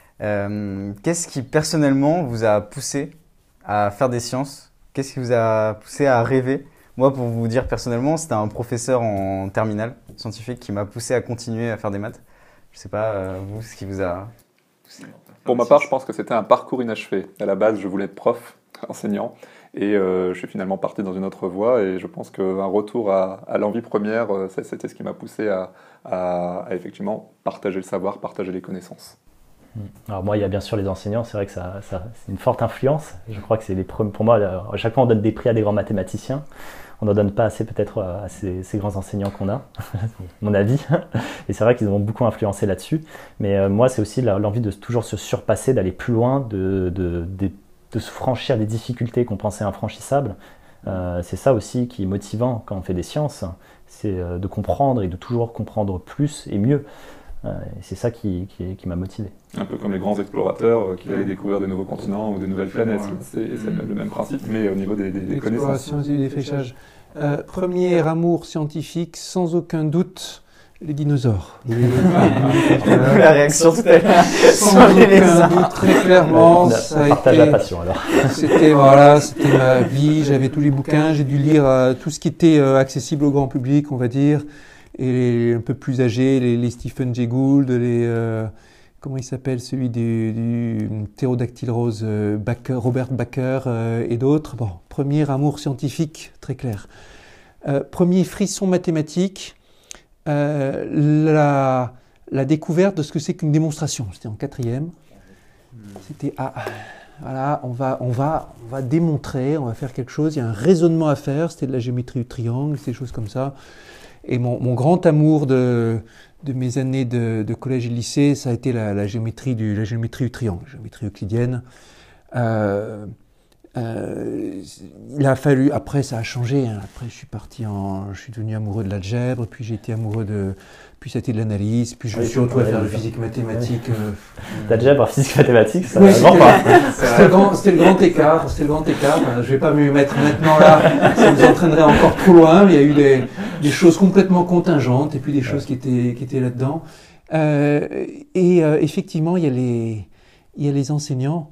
Euh, qu'est-ce qui personnellement vous a poussé à faire des sciences? Qu'est-ce qui vous a poussé à rêver? Moi, pour vous dire personnellement, c'était un professeur en terminale scientifique qui m'a poussé à continuer à faire des maths. Je ne sais pas, euh, vous, ce qui vous a poussé. Pour ma part, je pense que c'était un parcours inachevé. À la base, je voulais être prof, enseignant. Et euh, je suis finalement parti dans une autre voie et je pense qu'un retour à, à l'envie première, ça, c'était ce qui m'a poussé à, à, à effectivement partager le savoir, partager les connaissances. Alors moi, il y a bien sûr les enseignants, c'est vrai que ça, ça, c'est une forte influence. Je crois que c'est les premiers, pour moi, à chaque fois on donne des prix à des grands mathématiciens. On n'en donne pas assez peut-être à ces, ces grands enseignants qu'on a, mon avis. Et c'est vrai qu'ils ont beaucoup influencé là-dessus. Mais euh, moi, c'est aussi la, l'envie de toujours se surpasser, d'aller plus loin, de, de, de de se franchir des difficultés qu'on pensait infranchissables. Euh, c'est ça aussi qui est motivant quand on fait des sciences, c'est euh, de comprendre et de toujours comprendre plus et mieux. Euh, et c'est ça qui, qui, qui m'a motivé. Un peu comme les grands explorateurs euh, qui allaient découvrir de nouveaux continents ou de nouvelles planètes. C'est, c'est le même principe, mais au niveau des, des, des connaissances. L'exploration et du défrichage. Euh, premier amour scientifique, sans aucun doute, les dinosaures. La réaction tout à l'heure. Sans aucun doute, très clairement, ça a partage été, la passion alors. C'était voilà, c'était ma vie. J'avais tous les bouquins, j'ai dû lire euh, tout ce qui était euh, accessible au grand public, on va dire, et les un peu plus âgés, les, les Stephen Jay Gould, les euh, comment il s'appelle, celui du, du ptérodactyle rose, euh, Baker, Robert Baker euh, et d'autres. Bon, premier amour scientifique, très clair. Euh, premier frisson mathématique. Euh, la, la découverte de ce que c'est qu'une démonstration. C'était en quatrième. C'était ah, voilà, on va, on va, on va démontrer, on va faire quelque chose. Il y a un raisonnement à faire. C'était de la géométrie du triangle, ces choses comme ça. Et mon, mon grand amour de, de mes années de, de collège et de lycée, ça a été la, la géométrie du, la géométrie du triangle, la géométrie euclidienne. Euh, Euh, il a fallu, après ça a changé, hein. Après je suis parti en, je suis devenu amoureux de l'algèbre, puis j'ai été amoureux de, puis ça a été de l'analyse, puis je me suis retrouvé à faire de physique mathématique. Euh, L'algèbre, physique mathématique, ça oui, va c'était, pas. C'était, le grand, c'était le grand écart, c'était le grand écart. Enfin, je vais pas me mettre maintenant là, ça nous entraînerait encore trop loin. Mais il y a eu des, des choses complètement contingentes et puis des choses qui étaient, qui étaient là-dedans. Euh, et euh, effectivement, il y a les, il y a les enseignants.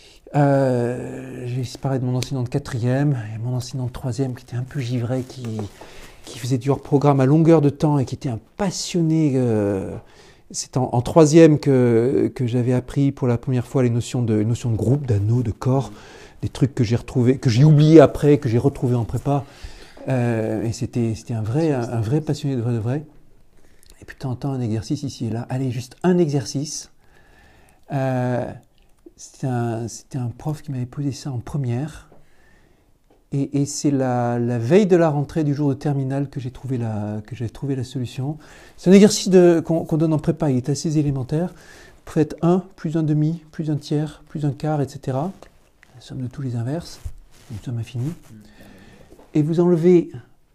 Euh, je vais parler de mon enseignant de quatrième et mon enseignant de troisième qui était un peu givré, qui, qui faisait du hors-programme à longueur de temps et qui était un passionné. Euh, c'est en, en troisième que, que j'avais appris pour la première fois les notions de, les notions de groupe, d'anneau, de corps, des trucs que j'ai retrouvés, que j'ai oubliés après, que j'ai retrouvés en prépa. Euh, et c'était, c'était un vrai, un, un vrai passionné de vrai de vrai. Et puis de temps en temps un exercice ici et là. Allez, juste un exercice. Euh, C'était un, c'était un prof qui m'avait posé ça en première. Et, et c'est la, la veille de la rentrée du jour de terminale que j'ai trouvé la, que j'ai trouvé la solution. C'est un exercice de, qu'on, qu'on donne en prépa, il est assez élémentaire. Vous faites un, plus un demi, plus un tiers, plus un quart, et cetera. La somme de tous les inverses, une somme infinie. Et vous enlevez,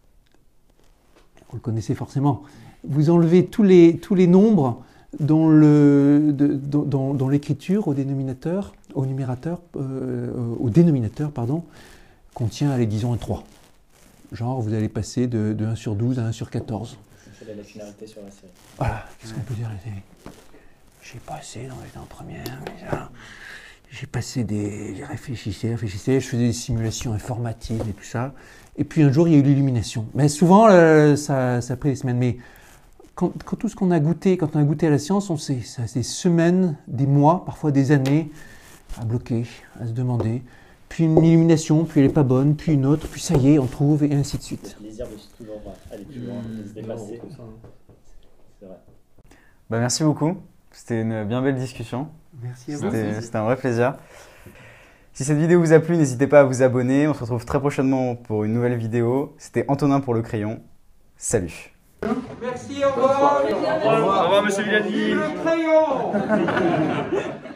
vous le connaissez forcément, vous enlevez tous les, tous les nombres dont, le, de, dont, dont l'écriture au dénominateur, au numérateur, euh, au dénominateur, pardon, contient, allez, disons, un trois. Genre, vous allez passer de, de un sur douze à un sur quatorze. C'est la nationalité sur la série. Voilà, qu'est-ce qu'on peut dire? j'ai passé dans les en première, déjà. J'ai passé des... J'ai réfléchissé, réfléchissé, je faisais des simulations informatives et tout ça. Et puis un jour, il y a eu l'illumination. Mais souvent, euh, ça, ça a pris des semaines. Mais quand, quand tout ce qu'on a goûté, quand on a goûté à la science, on sait, ça des semaines, des mois, parfois des années à bloquer, à se demander. Puis une illumination, puis elle n'est pas bonne, puis une autre, puis ça y est, on trouve, et ainsi de suite. Le plaisir de toujours aller plus loin, de se dépasser. C'est vrai. Bah, merci beaucoup. C'était une bien belle discussion. Merci à vous. C'était c'était un vrai plaisir. Si cette vidéo vous a plu, n'hésitez pas à vous abonner. On se retrouve très prochainement pour une nouvelle vidéo. C'était Antonin pour le crayon. Salut. Merci, au revoir. Au revoir, monsieur Villani. Le crayon.